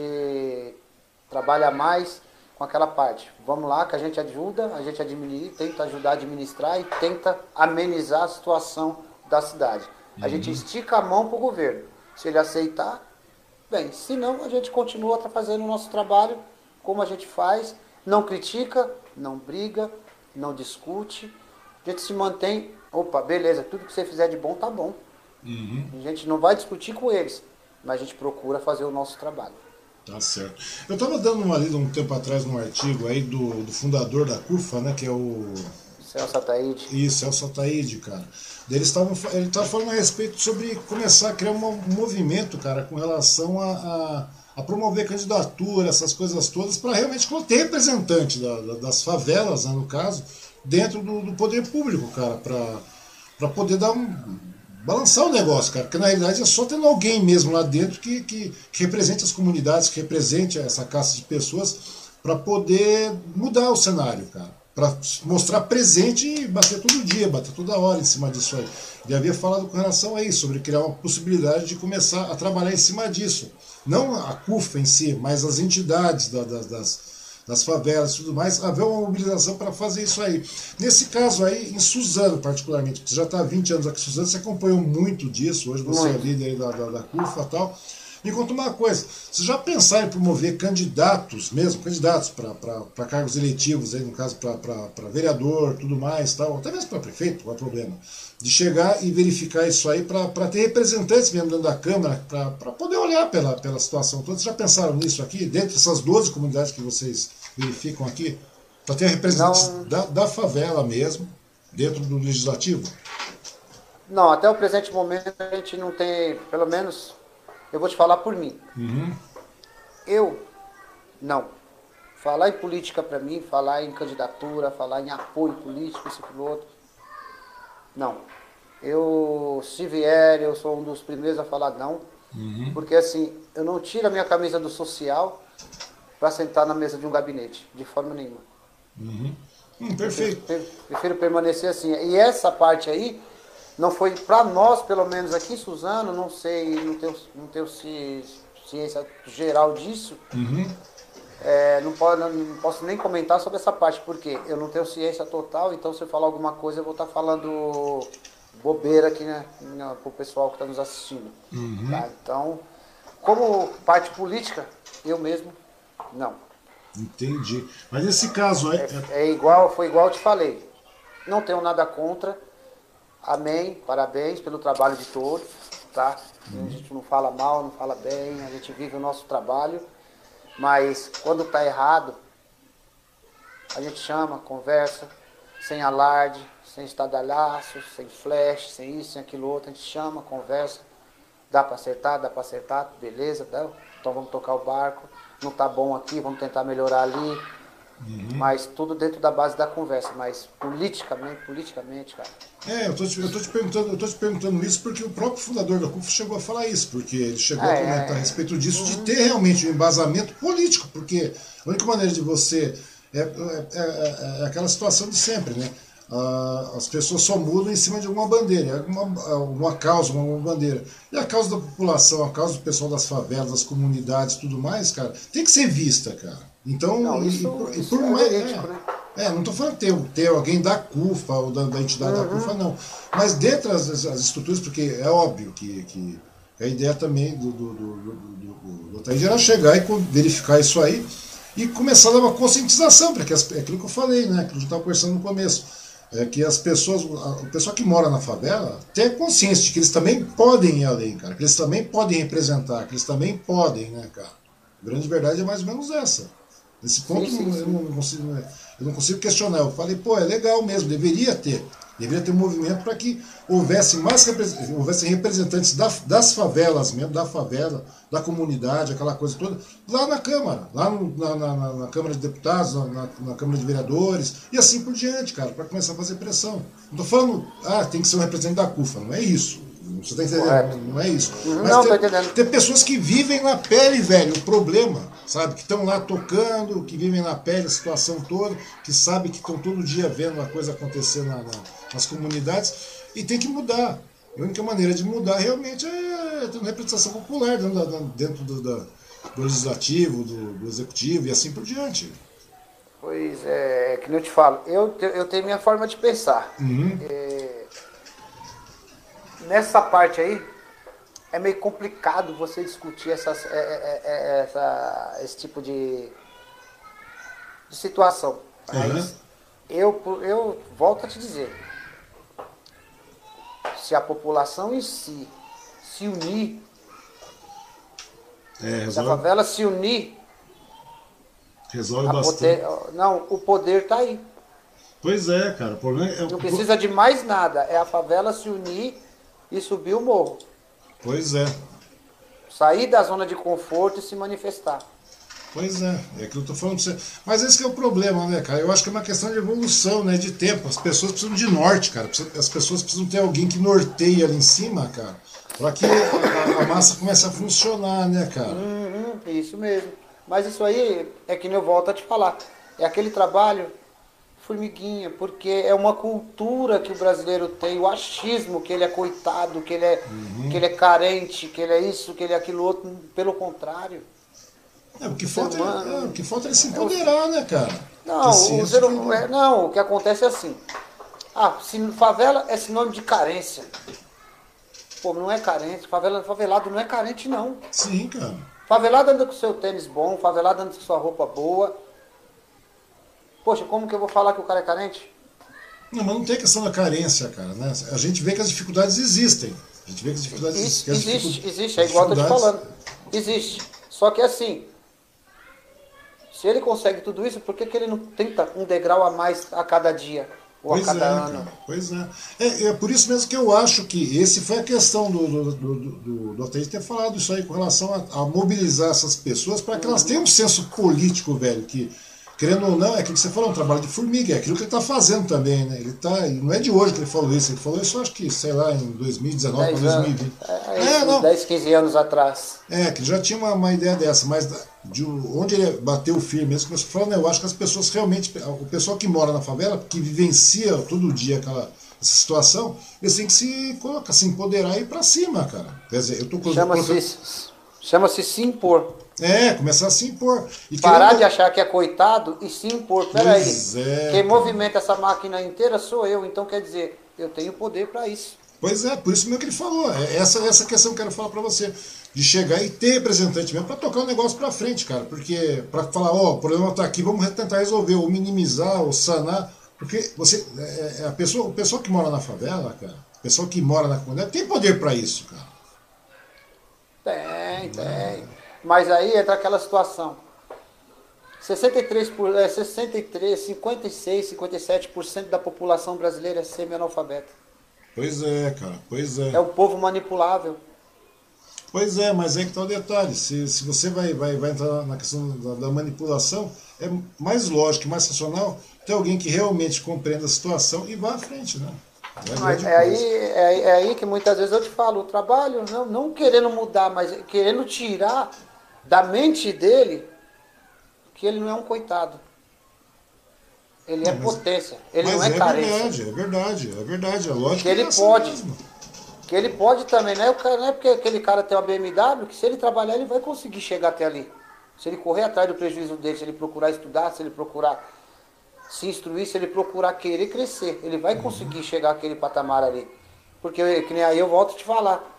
trabalha mais com aquela parte. Vamos lá que a gente ajuda, a gente administra, tenta ajudar a administrar e tenta amenizar a situação da cidade. A uhum. gente estica a mão para o governo. Se ele aceitar, bem, se não, a gente continua fazendo o nosso trabalho como a gente faz, não critica, não briga, não discute, a gente se mantém, opa, beleza, tudo que você fizer de bom tá bom. Uhum. A gente não vai discutir com eles, mas a gente procura fazer o nosso trabalho. Tá certo. Eu estava dando uma lida um tempo atrás num artigo aí do, do fundador da CUFA, né, que é o... Celso Ataíde. Isso, Celso Ataíde, cara. Eles tavam, ele estava falando a respeito sobre começar a criar um movimento, cara, com relação a, a, a promover candidatura, essas coisas todas, para realmente ter representante da, da, das favelas, né, no caso, dentro do, do poder público, cara, para poder dar um... balançar o negócio, cara, porque na realidade é só tendo alguém mesmo lá dentro que, que, que represente as comunidades, que represente essa casta de pessoas, para poder mudar o cenário, cara. Para mostrar presente e bater todo dia, bater toda hora em cima disso aí. E havia falado com relação a isso, sobre criar uma possibilidade de começar a trabalhar em cima disso. Não a CUFA em si, mas as entidades da, da, das, das favelas e tudo mais, haver uma mobilização para fazer isso aí. Nesse caso aí, em Suzano particularmente, que você já está há vinte anos aqui em Suzano, você acompanhou muito disso, hoje você muito. É líder da, da, da CUFA e tal. Me conta uma coisa, vocês já pensaram em promover candidatos mesmo, candidatos para cargos eletivos, aí, no caso para vereador, tudo mais, tal, até mesmo para prefeito, não há problema, de chegar e verificar isso aí para ter representantes mesmo dentro da Câmara, para poder olhar pela, pela situação toda. Vocês já pensaram nisso aqui, dentro dessas doze comunidades que vocês verificam aqui, para ter representantes da, da favela mesmo, dentro do Legislativo? Não, até o presente momento a gente não tem, pelo menos... Eu vou te falar por mim. Uhum. Eu, não. Falar em política para mim, falar em candidatura, falar em apoio político, isso e outro, não. Eu, se vier, eu sou um dos primeiros a falar não. Uhum. Porque assim, eu não tiro a minha camisa do social para sentar na mesa de um gabinete, de forma nenhuma. Uhum. Hum, perfeito. Eu prefiro, prefiro permanecer assim. E essa parte aí, não foi para nós, pelo menos aqui em Suzano, não sei, não tenho, não tenho ciência geral disso, uhum. é, não, pode, não posso nem comentar sobre essa parte, porque eu não tenho ciência total, então se eu falar alguma coisa eu vou estar falando bobeira aqui, né, para o pessoal que está nos assistindo. Uhum. Tá? Então, como parte política, eu mesmo, não. Entendi. Mas nesse caso... É, é, é igual, foi igual eu te falei, não tenho nada contra. Amém, parabéns pelo trabalho de todos, tá? Uhum. A gente não fala mal, não fala bem, a gente vive o nosso trabalho, mas quando tá errado, a gente chama, conversa, sem alarde, sem estadalhaço, sem flash, sem isso, sem aquilo outro, a gente chama, conversa, dá para acertar, dá para acertar, beleza, dá? Então vamos tocar o barco, não tá bom aqui, vamos tentar melhorar ali. Uhum. Mas tudo dentro da base da conversa, mas politicamente, politicamente, cara. É, eu tô, te, eu, tô te perguntando, eu tô te perguntando isso porque o próprio fundador da CUFA chegou a falar isso, porque ele chegou é, a comentar é, a respeito disso, uhum. de ter realmente um embasamento político, porque a única maneira de você... É, é, é, é aquela situação de sempre, né? Ah, as pessoas só mudam em cima de alguma bandeira, uma, uma causa, uma bandeira. E a causa da população, a causa do pessoal das favelas, das comunidades, tudo mais, cara, tem que ser vista, cara. Então, não, isso, e, isso e por é mais. verídico, É, né? é, não estou falando de ter, ter alguém da CUFA ou da, da entidade uhum. da CUFA, não. Mas dentro das, das estruturas, porque é óbvio que, que A ideia também do, do, do, do, do, do Ataíde era chegar e verificar isso aí e começar a dar uma conscientização, porque as, é aquilo que eu falei, né? Que a gente estava conversando no começo. É que as pessoas, o pessoal que mora na favela tem consciência de que eles também podem ir além, cara. Que eles também podem representar, que eles também podem, né, cara? A grande verdade é mais ou menos essa. Nesse ponto sim, sim, sim. Eu, não consigo, eu não consigo questionar. Eu falei, pô, é legal mesmo, deveria ter. Deveria ter um movimento para que houvesse mais houvesse representantes da, das favelas mesmo, da favela, da comunidade, aquela coisa toda, lá na Câmara, lá no, na, na, na Câmara de Deputados, na, na Câmara de Vereadores, e assim por diante, cara, para começar a fazer pressão. Não estou falando, ah, tem que ser um representante da CUFA, não é isso. Você está entendendo? Correto. Não é isso. Mas não, tem, tem pessoas que vivem na pele, velho, o problema, sabe? Que estão lá tocando, que vivem na pele a situação toda, que sabem que estão todo dia vendo a coisa acontecer na, na, nas comunidades, e tem que mudar. A única maneira de mudar realmente é ter uma representação popular dentro, da, dentro do, da, do legislativo, do, do executivo e assim por diante. Pois é, que eu te falo, eu, eu tenho minha forma de pensar. Uhum. É... Nessa parte aí, é meio complicado você discutir essas, é, é, é, essa, esse tipo de, de situação. Mas uhum. eu, eu volto a te dizer, se a população em si se unir, é, se a favela se unir, resolve bastante. Poder, não, o poder está aí. Pois é, cara. O problema é... Não precisa de mais nada, é a favela se unir e subir o morro. Pois é. Sair da zona de conforto e se manifestar. Pois é, é que eu tô falando pra você. Mas esse que é o problema, né, cara? Eu acho que é uma questão de evolução, né? De tempo. As pessoas precisam de norte, cara. As pessoas precisam ter alguém que norteie ali em cima, cara. Pra que a, a massa comece a funcionar, né, cara? Uhum, isso mesmo. Mas isso aí é que eu volto a te falar. É aquele trabalho formiguinha, porque é uma cultura que o brasileiro tem, o achismo que ele é coitado, que ele é, uhum. que ele é carente, que ele é isso, que ele é aquilo outro, pelo contrário. É, o que falta é, é, o que falta é se empoderar, né, cara? Não, o ser, é, não, o que acontece é assim. Ah, se, favela é sinônimo de carência. Pô, não é carente, favela, favelado não é carente, não. Sim, cara. Favelado anda com seu tênis bom, favelado anda com sua roupa boa. Poxa, como que eu vou falar que o cara é carente? Não, mas não tem questão da carência, cara, né? A gente vê que as dificuldades existem. A gente vê que as dificuldades Isso, que as existe, dificuldades, existe, é igual eu tô te falando. Existe. Só que assim, se ele consegue tudo isso, por que, que ele não tenta um degrau a mais a cada dia? Ou pois a cada é, ano? Cara, pois é. é. É por isso mesmo que eu acho que esse foi a questão do, do, do, do, do Ataíde ter falado isso aí com relação a, a mobilizar essas pessoas para que uhum. elas tenham um senso político, velho, que querendo ou não, é aquilo que você falou, um trabalho de formiga, é aquilo que ele está fazendo também, né? Ele tá, não é de hoje que ele falou isso, ele falou isso acho que, sei lá, em dois mil e dezenove para dois mil e vinte. É, é, não. dez, quinze anos atrás. É, que já tinha uma, uma ideia dessa, mas de onde ele bateu firme mesmo, que eu falando, eu acho que as pessoas realmente, o pessoal que mora na favela, que vivencia todo dia aquela essa situação, eles têm que se colocar, se empoderar e ir para cima, cara. Quer dizer, eu tô Chama-se colocando... chama-se se impor. É, começar a se impor. E parar querendo... de achar que é coitado e se impor. Peraí, é, quem cara. movimenta essa máquina inteira sou eu, então quer dizer, eu tenho poder para isso. Pois é, por isso mesmo que ele falou. É essa, essa questão que eu quero falar para você. De chegar e ter representante mesmo para tocar o negócio para frente, cara. Porque, para falar, ó, oh, o problema tá aqui, vamos tentar resolver, ou minimizar, ou sanar. Porque você, é, a pessoa, o pessoal que mora na favela, cara, o pessoal que mora na comunidade, tem poder para isso, cara. Tem, tem. É. Mas aí entra aquela situação. sessenta e três por, é, sessenta e três, cinquenta e seis, cinquenta e sete por cento da população brasileira é semi-analfabeta. Pois é, cara, pois é. É o povo manipulável. Pois é, mas é que tá o detalhe. Se, se você vai, vai, vai entrar na questão da, da manipulação, é mais lógico, mais racional ter alguém que realmente compreenda a situação e vá à frente, né? Mas é, aí, é, é aí que muitas vezes eu te falo, o trabalho, não, não querendo mudar, mas querendo tirar da mente dele que ele não é um coitado. Ele é mas, potência, ele não é, é carência. É verdade, é verdade, é verdade, é lógico que ele é pode. Mesmo. Que ele pode também, não é, não é porque aquele cara tem uma B M W, que se ele trabalhar ele vai conseguir chegar até ali. Se ele correr atrás do prejuízo dele, se ele procurar estudar, se ele procurar se instruir, se ele procurar querer crescer, ele vai conseguir chegar àquele patamar ali. Porque, que nem aí eu volto a te falar,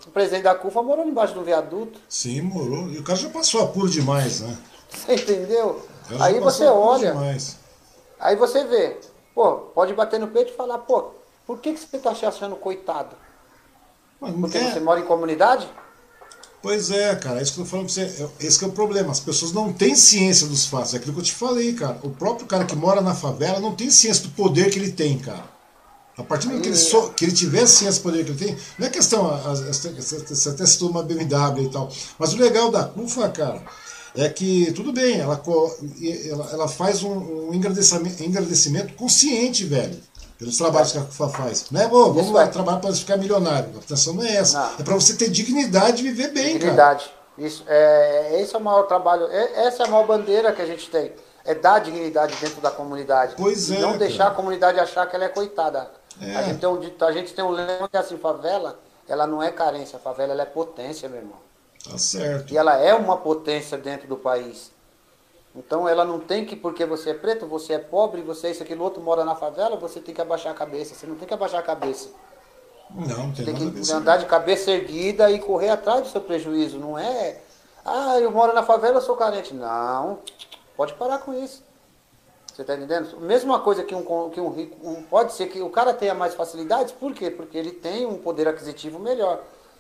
O presidente da CUFA morou embaixo do viaduto. Sim, morou. E o cara já passou apuro demais, né? Você entendeu? Aí você olha, demais. Aí você vê, pô, pode bater no peito e falar, pô, por que, que você tá se achando coitado? Mas Porque é... você mora em comunidade? Pois é, cara, é isso que eu tô falando pra você. Esse que é o problema. As pessoas não têm ciência dos fatos. É aquilo que eu te falei, cara. O próprio cara que mora na favela não tem ciência do poder que ele tem, cara. A partir do momento que ele, so, que ele tiver ciência do poder que ele tem, não é questão, você até citou uma B M W e tal, mas o legal da CUFA, cara, é que, tudo bem, ela, ela, ela faz um, um engrandecimento, engrandecimento consciente, velho, pelos trabalhos que a CUFA faz. Não é, oh, vamos lá, trabalhar para ficar milionário. A intenção não é essa. Não. É para você ter dignidade de viver bem, dignidade. Cara. Isso, é, esse é o maior trabalho, é, essa é a maior bandeira que a gente tem. É dar dignidade dentro da comunidade. Pois é, e não deixar cara. a comunidade achar que ela é coitada. É. A, gente tem um, a gente tem um lema que é assim, favela, ela não é carência, a favela ela é potência, meu irmão. Tá certo. E ela é uma potência dentro do país. Então ela não tem que, porque você é preto, você é pobre, você é isso, aquilo, outro mora na favela, você tem que abaixar a cabeça. Você não tem que abaixar a cabeça. Não, não tem, tem nada que andar de cabeça erguida e correr atrás do seu prejuízo. Não é, ah, eu moro na favela, eu sou carente. Não, pode parar com isso. Você está entendendo? Mesma coisa que um, que um rico, um, pode ser que o cara tenha mais facilidades, por quê? Porque ele tem um poder aquisitivo melhor.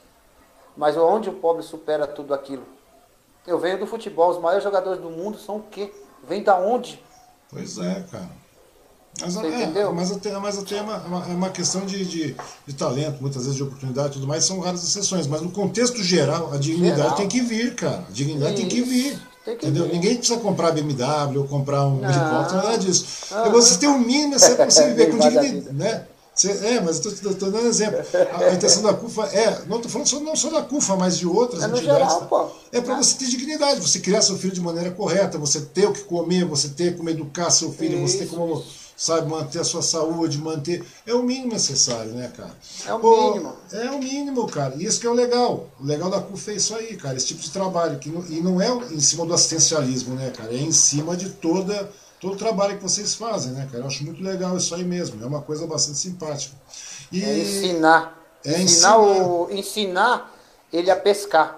Mas onde o pobre supera tudo aquilo? Eu venho do futebol, os maiores jogadores do mundo são o quê? Vem da onde? Pois é, cara. Mas, Você é, entendeu? Mas até, mas até é uma, uma, uma questão de, de, de talento, muitas vezes de oportunidade e tudo mais, são raras exceções. Mas no contexto geral, a dignidade geral. tem que vir, cara. A dignidade Isso. tem que vir. Tem que entendeu? Vir. Ninguém precisa comprar B M W ou comprar um helicóptero, nada disso. Ah, você tem um mínimo, você consegue viver com dignidade, né? Você, é, mas eu estou dando um exemplo. A, a intenção da CUFA é, não estou falando só, não só da CUFA, mas de outras é entidades. Geral, pô. É para você ter dignidade, você criar seu filho de maneira correta, você ter o que comer, você ter como educar seu filho, Isso. você ter como, sabe, manter a sua saúde, manter. É o mínimo necessário, né, cara? É o pô, mínimo. É o mínimo, cara. E isso que é o legal. O legal da CUFA é isso aí, cara, esse tipo de trabalho. Que não, e não é em cima do assistencialismo, né, cara? É em cima de toda. Todo o trabalho que vocês fazem, né, cara? Eu acho muito legal isso aí mesmo. É uma coisa bastante simpática. E é ensinar. É ensinar, ensinar. O, ensinar ele a pescar.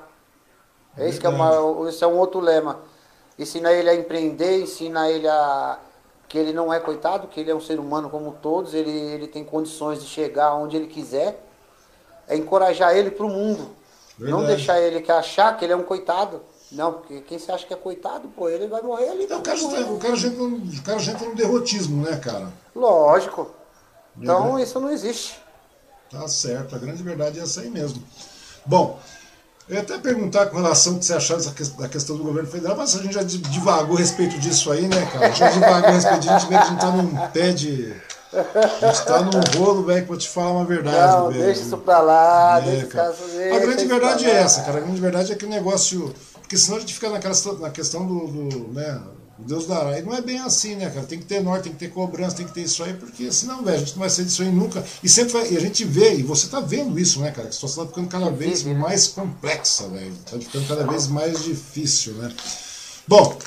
É isso que é, uma, esse é um outro lema. Ensinar ele a empreender, ensinar ele a que ele não é coitado, que ele é um ser humano como todos, ele, ele tem condições de chegar onde ele quiser. É encorajar ele para o mundo. Verdade. Não deixar ele que achar que ele é um coitado. Não, porque quem se acha que é coitado, pô, ele vai morrer ali. É, o, cara morrer. Tá, o, cara já entra, o cara já entra no derrotismo, né, cara? Lógico. Então, é, isso não existe. Tá certo, a grande verdade é essa aí mesmo. Bom, eu ia até perguntar com relação ao que você achava da questão do governo federal, mas a gente já divagou a respeito disso aí, né, cara? Já divagou a respeito disso, a gente vê que a gente tá num pé de... A gente tá num rolo, velho, que vou te falar uma verdade, não, velho. Deixa isso pra lá, é, deixa cara. Caso dele, A grande verdade é essa, cara. A grande verdade é que o negócio... Porque senão a gente fica naquela, na questão do, do, né, Deus dará. E não é bem assim, né, cara? Tem que ter norte, tem que ter cobrança, tem que ter isso aí, porque senão, velho, a gente não vai sair disso aí nunca. E sempre vai, e a gente vê, e você tá vendo isso, né, cara? Que a situação tá ficando cada vez mais complexa, velho. Tá ficando cada vez mais difícil, né? Bom,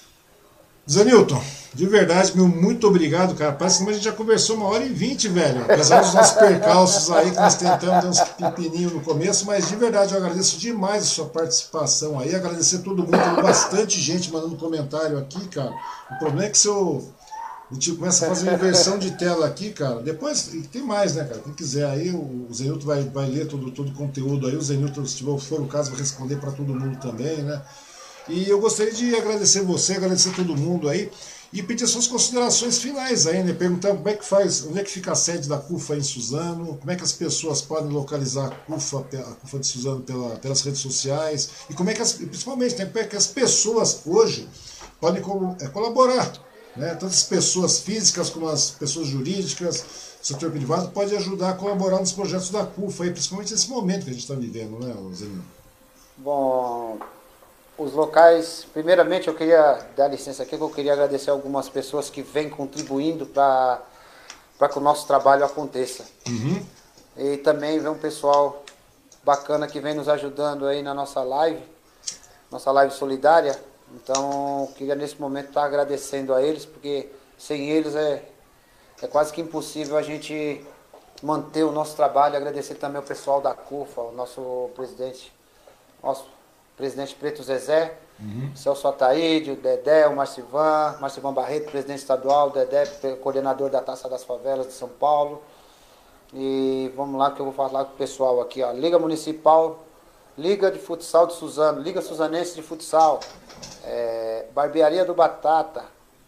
Zé Newton, de verdade, meu muito obrigado, cara. Parece que a gente já conversou uma hora e vinte, velho. Apesar dos nossos percalços aí, que nós tentamos dar uns pepininhos no começo, mas de verdade eu agradeço demais a sua participação aí. Agradecer a todo mundo, tem bastante gente mandando comentário aqui, cara. O problema é que se eu, a gente começa a fazer uma inversão de tela aqui, cara, depois tem mais, né, cara? Quem quiser aí, o Zé Newton vai, vai ler todo, todo o conteúdo aí. O Zé Newton, se for o caso, vai responder para todo mundo também, né? E eu gostaria de agradecer você, agradecer todo mundo aí e pedir suas considerações finais aí, né? Perguntar como é que faz, onde é que fica a sede da CUFA em Suzano, como é que as pessoas podem localizar a CUFA, a CUFA de Suzano pela, pelas redes sociais e como é que as, principalmente, né, como é que as pessoas hoje podem colaborar, né? Tanto as pessoas físicas como as pessoas jurídicas, o setor privado pode ajudar a colaborar nos projetos da CUFA, aí, principalmente nesse momento que a gente está vivendo, né, Zeninho? Bom, os locais, primeiramente eu queria dar licença aqui, que eu queria agradecer algumas pessoas que vêm contribuindo para que o nosso trabalho aconteça. Uhum. E também vem um pessoal bacana que vem nos ajudando aí na nossa live, nossa live solidária. Então, eu queria nesse momento estar agradecendo a eles, porque sem eles é, é quase que impossível a gente manter o nosso trabalho. Agradecer também ao pessoal da CUFA, o nosso presidente, nosso presidente Preto Zezé, uhum. Celso Ataíde, o Dedé, o Marcivan, Marcivan Barreto, presidente estadual, o Dedé, coordenador da Taça das Favelas de São Paulo. E vamos lá que eu vou falar com o pessoal aqui, ó. Liga Municipal, Liga de Futsal de Suzano, Liga Suzanense de Futsal, é, Barbearia do Batata,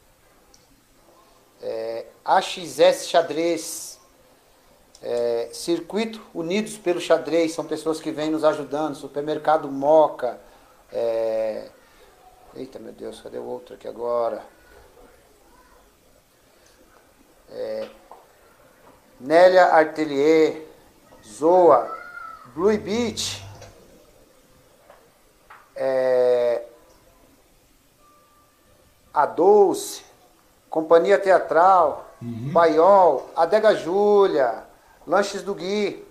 é, A X S Xadrez, é, Circuito Unidos pelo Xadrez, são pessoas que vêm nos ajudando, Supermercado Moca, é, eita meu Deus, cadê o outro aqui agora? É, Nélia Artelier, Zoa, Blue Beach, é, a Dolce, Companhia Teatral, uhum. Paiol, Adega Júlia, Lanches do Gui,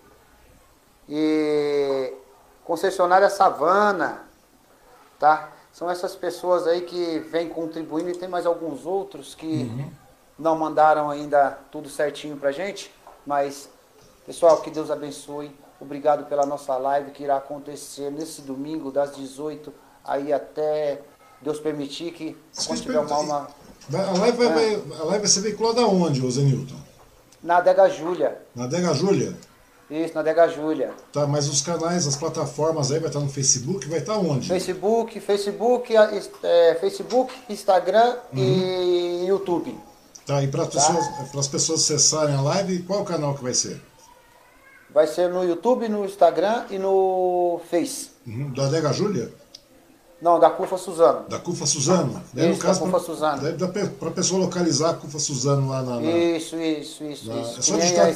e Concessionária Savana, tá? São essas pessoas aí que vêm contribuindo e tem mais alguns outros que uhum. não mandaram ainda tudo certinho pra gente, mas, pessoal, que Deus abençoe. Obrigado pela nossa live que irá acontecer nesse domingo, das dezoito aí até Deus permitir que, quando tiver uma alma... A live vai, é. vai, a live vai ser veiculada aonde, Zé Nilton? Na Adega Júlia. Na Adega Júlia? Isso, na Adega Júlia. Tá, mas os canais, as plataformas aí vai estar no Facebook, vai estar onde? Facebook, Facebook, é, Facebook, Instagram uhum. e YouTube. Tá, e para tá? as pessoas acessarem a live, qual é o canal que vai ser? Vai ser no YouTube, no Instagram e no Face. Uhum. Da Adega Júlia? Não, da CUFA Suzano. Da CUFA Suzano? Isso, no caso, da CUFA pra, Suzano. Deve dar para a pessoa localizar a CUFA Suzano lá na... na isso, isso, isso. Na, isso. É só digitar...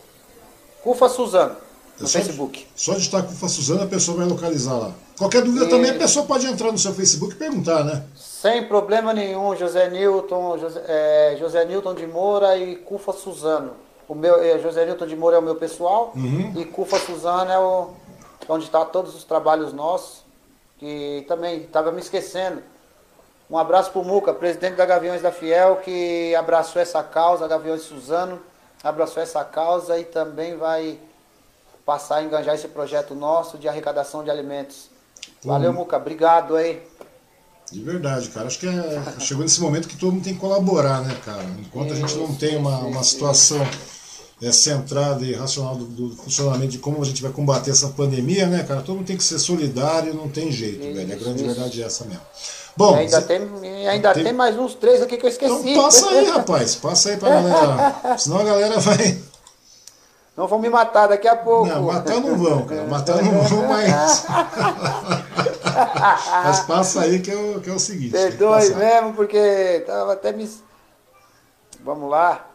CUFA Suzano, no é só, Facebook. Só digitar CUFA Suzano, a pessoa vai localizar lá. Qualquer dúvida e... também, a pessoa pode entrar no seu Facebook e perguntar, né? Sem problema nenhum, José Nilton, José, é, José Nilton de Moura e CUFA Suzano. O meu, é, José Nilton de Moura é o meu pessoal, uhum. e CUFA Suzano é o, onde está todos os trabalhos nossos, que também estava me esquecendo. Um abraço para o Muca, presidente da Gaviões da Fiel, que abraçou essa causa, Gaviões Suzano, abraçou essa causa e também vai passar a enganjar esse projeto nosso de arrecadação de alimentos. Valeu, uhum. Muca, obrigado aí. De verdade, cara. Acho que é, chegou nesse momento que todo mundo tem que colaborar, né, cara? Enquanto isso, a gente não tem uma, uma situação é, centrada e racional do, do funcionamento de como a gente vai combater essa pandemia, né, cara? Todo mundo tem que ser solidário, não tem jeito, isso, velho. A grande isso. verdade é essa mesmo. Bom, e ainda, você... tem, ainda tem... tem mais uns três aqui que eu esqueci. Então passa aí, rapaz. Passa aí pra galera. Senão a galera vai... Não vão me matar daqui a pouco. Não, matar não vão, cara. Matar não vão, mas... Mas passa aí que é o, que é o seguinte. Perdoe mesmo, porque tava até me... Vamos lá.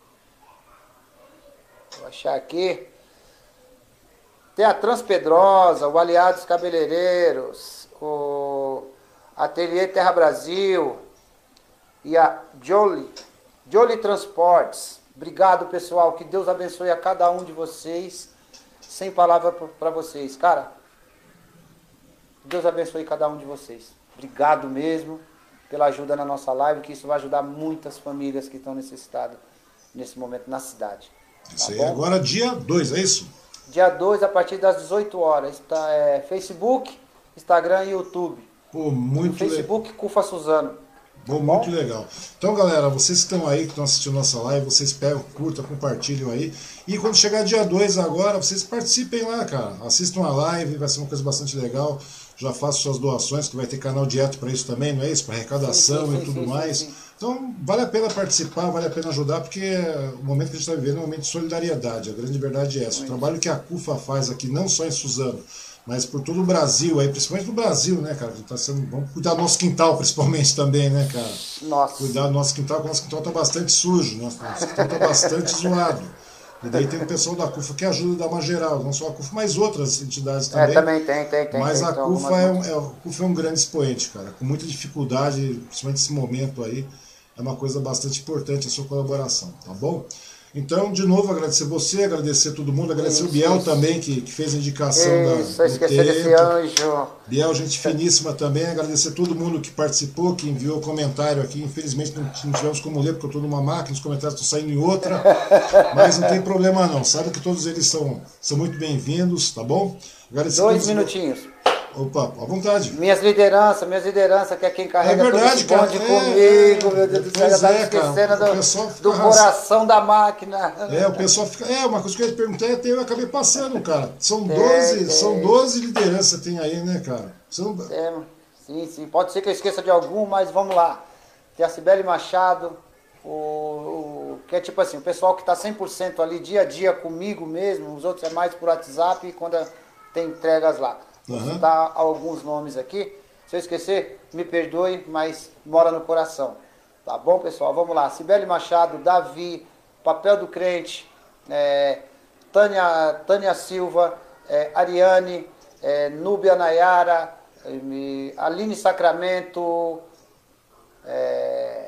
Vou achar aqui. Tem a Transpedrosa, o Aliados Cabeleireiros, o Ateliê Terra Brasil e a Jolie, Jolie Transportes. Obrigado, pessoal. Que Deus abençoe a cada um de vocês. Sem palavra para vocês. Cara, Deus abençoe cada um de vocês. Obrigado mesmo pela ajuda na nossa live, que isso vai ajudar muitas famílias que estão necessitadas nesse momento na cidade. Isso tá aí, bom? Agora dia dois, é isso? Dia dois, a partir das dezoito horas. Tá, é, Facebook, Instagram e YouTube. Pô, muito legal. Facebook, CUFA Suzano. Bom, muito legal. Então, galera, vocês que estão aí, que estão assistindo nossa live, vocês pegam, curtam, compartilham aí. E quando chegar dia dois agora, vocês participem lá, cara. Assistam a live, vai ser uma coisa bastante legal. Já façam suas doações, que vai ter canal direto para isso também, não é isso? Para arrecadação sim, sim, e tudo sim, mais. Sim, sim. Então, vale a pena participar, vale a pena ajudar, porque o momento que a gente está vivendo é um momento de solidariedade. A grande verdade é essa. O trabalho que a CUFA faz aqui, não só em Suzano, mas por todo o Brasil, aí, principalmente no Brasil, né, cara? Tá sendo, vamos cuidar do nosso quintal, principalmente, também, né, cara? Nossa. Cuidar do nosso quintal, porque o nosso quintal tá bastante sujo, nosso quintal tá bastante zoado. E daí tem o pessoal da CUFA que ajuda a dar uma geral, não só a CUFA, mas outras entidades também. É, também tem, tem, tem. Mas tem, a, tem CUFA é um, é, a CUFA é um grande expoente, cara, com muita dificuldade, principalmente nesse momento aí, é uma coisa bastante importante a sua colaboração, tá bom? Então, de novo, agradecer você, agradecer todo mundo, agradecer Isso, o Biel isso. também, que, que fez a indicação Isso, da, eu do esqueci tempo. desse anjo. Biel, gente finíssima também, agradecer todo mundo que participou, que enviou comentário aqui. Infelizmente não, não tivemos como ler, porque eu estou numa máquina, os comentários estão saindo em outra, mas não tem problema não, sabe que todos eles são, são muito bem-vindos, tá bom? Agradecer Dois todos... minutinhos. Opa, à vontade. Minhas lideranças, minhas lideranças, que é quem carrega É verdade, todo esse bonde cara. comigo, É, meu Deus do céu, pois já tava é, cara. esquecendo O pessoal do, fica do raci- coração da máquina. É, o pessoal fica. É, uma coisa que eu ia te perguntar é eu acabei passando, cara. São Tem, doze, tem. são doze lideranças que tem aí, né, cara? Você não... É, sim, sim, pode ser que eu esqueça de algum, mas vamos lá. Tem a Cibele Machado, o, o- que é tipo assim, o pessoal que está cem por cento ali dia a dia comigo mesmo, os outros é mais por WhatsApp e quando tem entregas lá. Vou Aham. citar alguns nomes aqui. Se eu esquecer, me perdoe, mas mora no coração. Tá bom, pessoal? Vamos lá. Cibele Machado, Davi, Papel do Crente, é, Tânia, Tânia Silva, é, Ariane, é, Núbia Nayara, é, me- Aline Sacramento, é,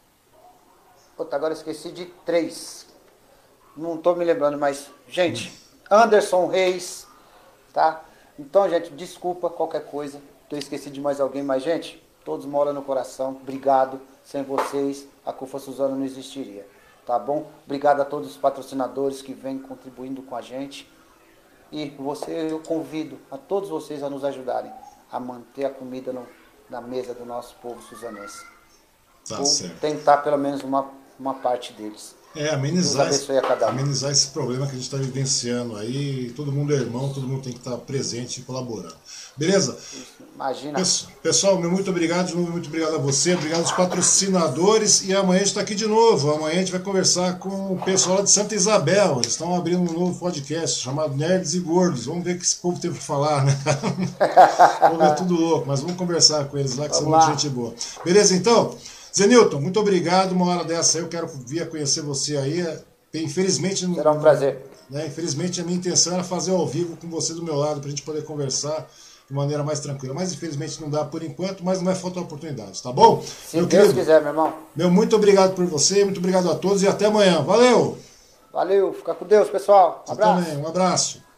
puta, agora eu esqueci de três. Não estou me lembrando, mas, gente, Anderson Reis, tá? Então, gente, desculpa qualquer coisa, eu esqueci de mais alguém, mas, gente, todos moram no coração, obrigado, sem vocês a Cufa Suzano não existiria, tá bom? Obrigado a todos os patrocinadores que vêm contribuindo com a gente, e você, eu convido a todos vocês a nos ajudarem a manter a comida no- na mesa do nosso povo suzanense, Tá ou certo. tentar pelo menos uma, uma parte deles. É, Deus amenizar, esse, abençoe a cada um. amenizar esse problema que a gente está vivenciando aí. Todo mundo é irmão, todo mundo tem que estar presente e colaborando. Beleza? Imagina. Pes- Pessoal, meu muito obrigado de novo, muito obrigado a você, obrigado aos patrocinadores. E amanhã a gente está aqui de novo. Amanhã a gente vai conversar com o pessoal lá de Santa Isabel. Eles estão abrindo um novo podcast chamado Nerds e Gordos. Vamos ver o que esse povo tem para falar, né? Vamos ver tudo louco, mas vamos conversar com eles lá, que são Vamos muita lá. gente boa. Beleza, então? Zenilton, muito obrigado. Uma hora dessa aí eu quero vir a conhecer você aí. Infelizmente, não- Será um prazer. né, infelizmente a minha intenção era fazer ao vivo com você do meu lado para a gente poder conversar de maneira mais tranquila. Mas infelizmente não dá por enquanto, mas não vai faltar oportunidades, tá bom? Se meu Deus querido, quiser, meu irmão. meu muito obrigado por você, muito obrigado a todos e até amanhã. Valeu! Valeu, fica com Deus, pessoal. Um Você abraço. também, um abraço.